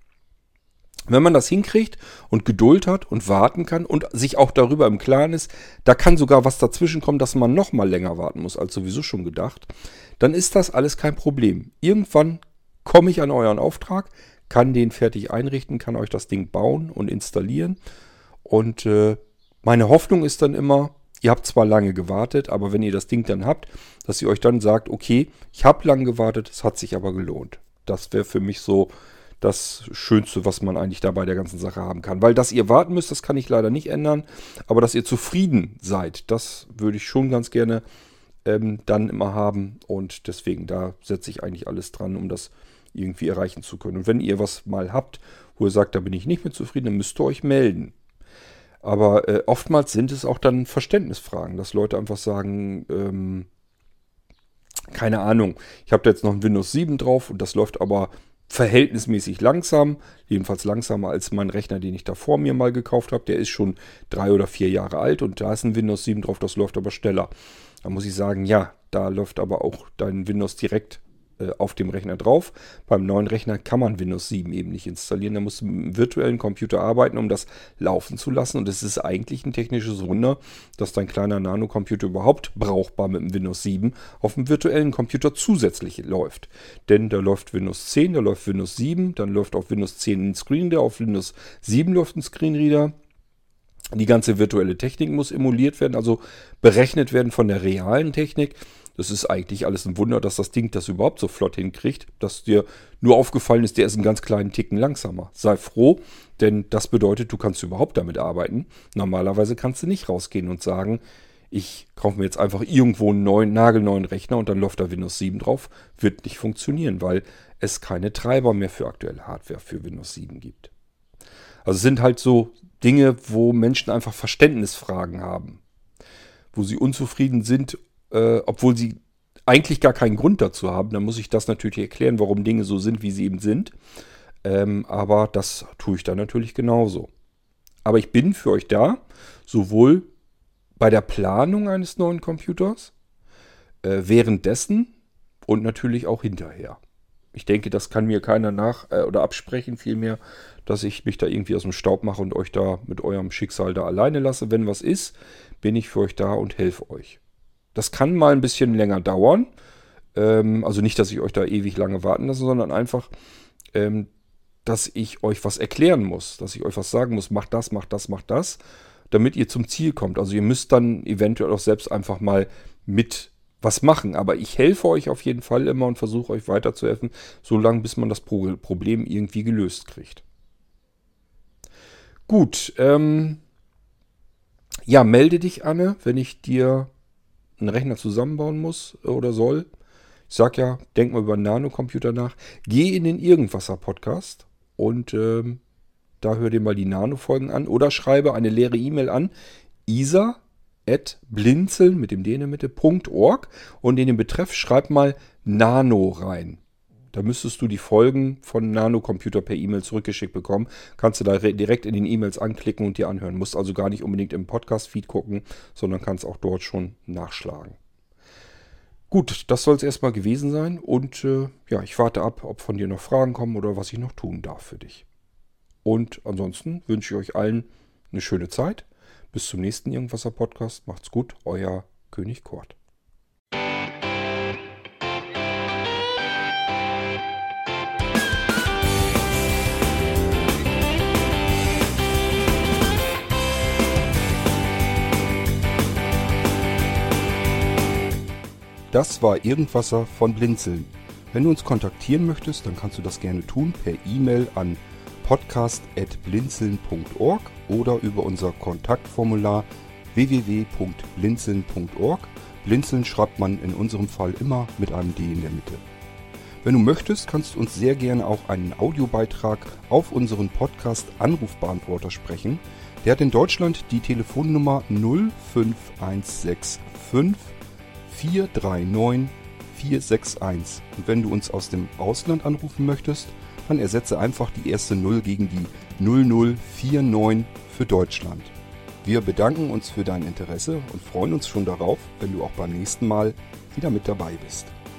Wenn man das hinkriegt und Geduld hat und warten kann und sich auch darüber im Klaren ist, da kann sogar was dazwischen kommen, dass man noch mal länger warten muss, als sowieso schon gedacht, dann ist das alles kein Problem. Irgendwann komme ich an euren Auftrag, kann den fertig einrichten, kann euch das Ding bauen und installieren. Und äh, meine Hoffnung ist dann immer, ihr habt zwar lange gewartet, aber wenn ihr das Ding dann habt, dass ihr euch dann sagt, okay, ich habe lange gewartet, es hat sich aber gelohnt. Das wäre für mich so das Schönste, was man eigentlich da bei der ganzen Sache haben kann. Weil, dass ihr warten müsst, das kann ich leider nicht ändern. Aber dass ihr zufrieden seid, das würde ich schon ganz gerne ähm, dann immer haben. Und deswegen, da setze ich eigentlich alles dran, um das irgendwie erreichen zu können. Und wenn ihr was mal habt, wo ihr sagt, da bin ich nicht mehr zufrieden, dann müsst ihr euch melden. Aber äh, oftmals sind es auch dann Verständnisfragen, dass Leute einfach sagen, ähm, keine Ahnung, ich habe da jetzt noch ein Windows sieben drauf und das läuft aber verhältnismäßig langsam, jedenfalls langsamer als mein Rechner, den ich da vor mir mal gekauft habe. Der ist schon drei oder vier Jahre alt und da ist ein Windows sieben drauf, das läuft aber schneller. Da muss ich sagen, ja, da läuft aber auch dein Windows direkt äh, auf dem Rechner drauf. Beim neuen Rechner kann man Windows sieben eben nicht installieren. Da musst du mit einem virtuellen Computer arbeiten, um das laufen zu lassen. Und es ist eigentlich ein technisches Wunder, dass dein kleiner Nano-Computer überhaupt brauchbar mit dem Windows sieben auf dem virtuellen Computer zusätzlich läuft. Denn da läuft Windows zehn, da läuft Windows sieben, dann läuft auf Windows zehn ein Screenreader, auf Windows sieben läuft ein Screenreader. Die ganze virtuelle Technik muss emuliert werden, also berechnet werden von der realen Technik. Das ist eigentlich alles ein Wunder, dass das Ding das überhaupt so flott hinkriegt, dass dir nur aufgefallen ist, der ist einen ganz kleinen Ticken langsamer. Sei froh, denn das bedeutet, du kannst überhaupt damit arbeiten. Normalerweise kannst du nicht rausgehen und sagen, ich kaufe mir jetzt einfach irgendwo einen neuen, nagelneuen Rechner und dann läuft da Windows sieben drauf. Wird nicht funktionieren, weil es keine Treiber mehr für aktuelle Hardware für Windows sieben gibt. Also es sind halt so Dinge, wo Menschen einfach Verständnisfragen haben. Wo sie unzufrieden sind, äh, obwohl sie eigentlich gar keinen Grund dazu haben. Dann muss ich das natürlich erklären, warum Dinge so sind, wie sie eben sind. Ähm, aber das tue ich dann natürlich genauso. Aber ich bin für euch da, sowohl bei der Planung eines neuen Computers, äh, währenddessen und natürlich auch hinterher. Ich denke, das kann mir keiner nach äh, oder absprechen, vielmehr, dass ich mich da irgendwie aus dem Staub mache und euch da mit eurem Schicksal da alleine lasse. Wenn was ist, bin ich für euch da und helfe euch. Das kann mal ein bisschen länger dauern. Ähm, also nicht, dass ich euch da ewig lange warten lasse, sondern einfach, ähm, dass ich euch was erklären muss, dass ich euch was sagen muss, macht das, macht das, macht das, damit ihr zum Ziel kommt. Also ihr müsst dann eventuell auch selbst einfach mal mit was machen. Aber ich helfe euch auf jeden Fall immer und versuche euch weiterzuhelfen, solange bis man das Pro- Problem irgendwie gelöst kriegt. Gut, ähm, ja, melde dich, Anne, wenn ich dir einen Rechner zusammenbauen muss oder soll. Ich sag ja, denk mal über einen Nanocomputer nach. Geh in den Irgendwasser-Podcast und ähm, Da hör dir mal die Nano-Folgen an oder schreibe eine leere E-Mail an isa at blinzeln mit dem D in der Mitte Punkt org und in den Betreff schreib mal Nano rein. Da müsstest du die Folgen von Nano-Computer per E-Mail zurückgeschickt bekommen. Kannst du da direkt in den E-Mails anklicken und dir anhören. Musst also gar nicht unbedingt im Podcast-Feed gucken, sondern kannst auch dort schon nachschlagen. Gut, das soll es erstmal gewesen sein. Und äh, ja, ich warte ab, ob von dir noch Fragen kommen oder was ich noch tun darf für dich. Und ansonsten wünsche ich euch allen eine schöne Zeit. Bis zum nächsten Irgendwasser-Podcast. Macht's gut, euer König Kurt. Das war Irgendwasser von Blinzeln. Wenn du uns kontaktieren möchtest, dann kannst du das gerne tun per E-Mail an podcast at blinzeln punkt org oder über unser Kontaktformular w w w punkt blinzeln punkt org. Blinzeln schreibt man in unserem Fall immer mit einem D in der Mitte. Wenn du möchtest, kannst du uns sehr gerne auch einen Audiobeitrag auf unseren Podcast Anrufbeantworter sprechen. Der hat in Deutschland die Telefonnummer null fünf eins sechs fünf vier drei neun vier sechs eins. Und wenn du uns aus dem Ausland anrufen möchtest, dann ersetze einfach die erste null gegen die null null vier neun für Deutschland. Wir bedanken uns für dein Interesse und freuen uns schon darauf, wenn du auch beim nächsten Mal wieder mit dabei bist.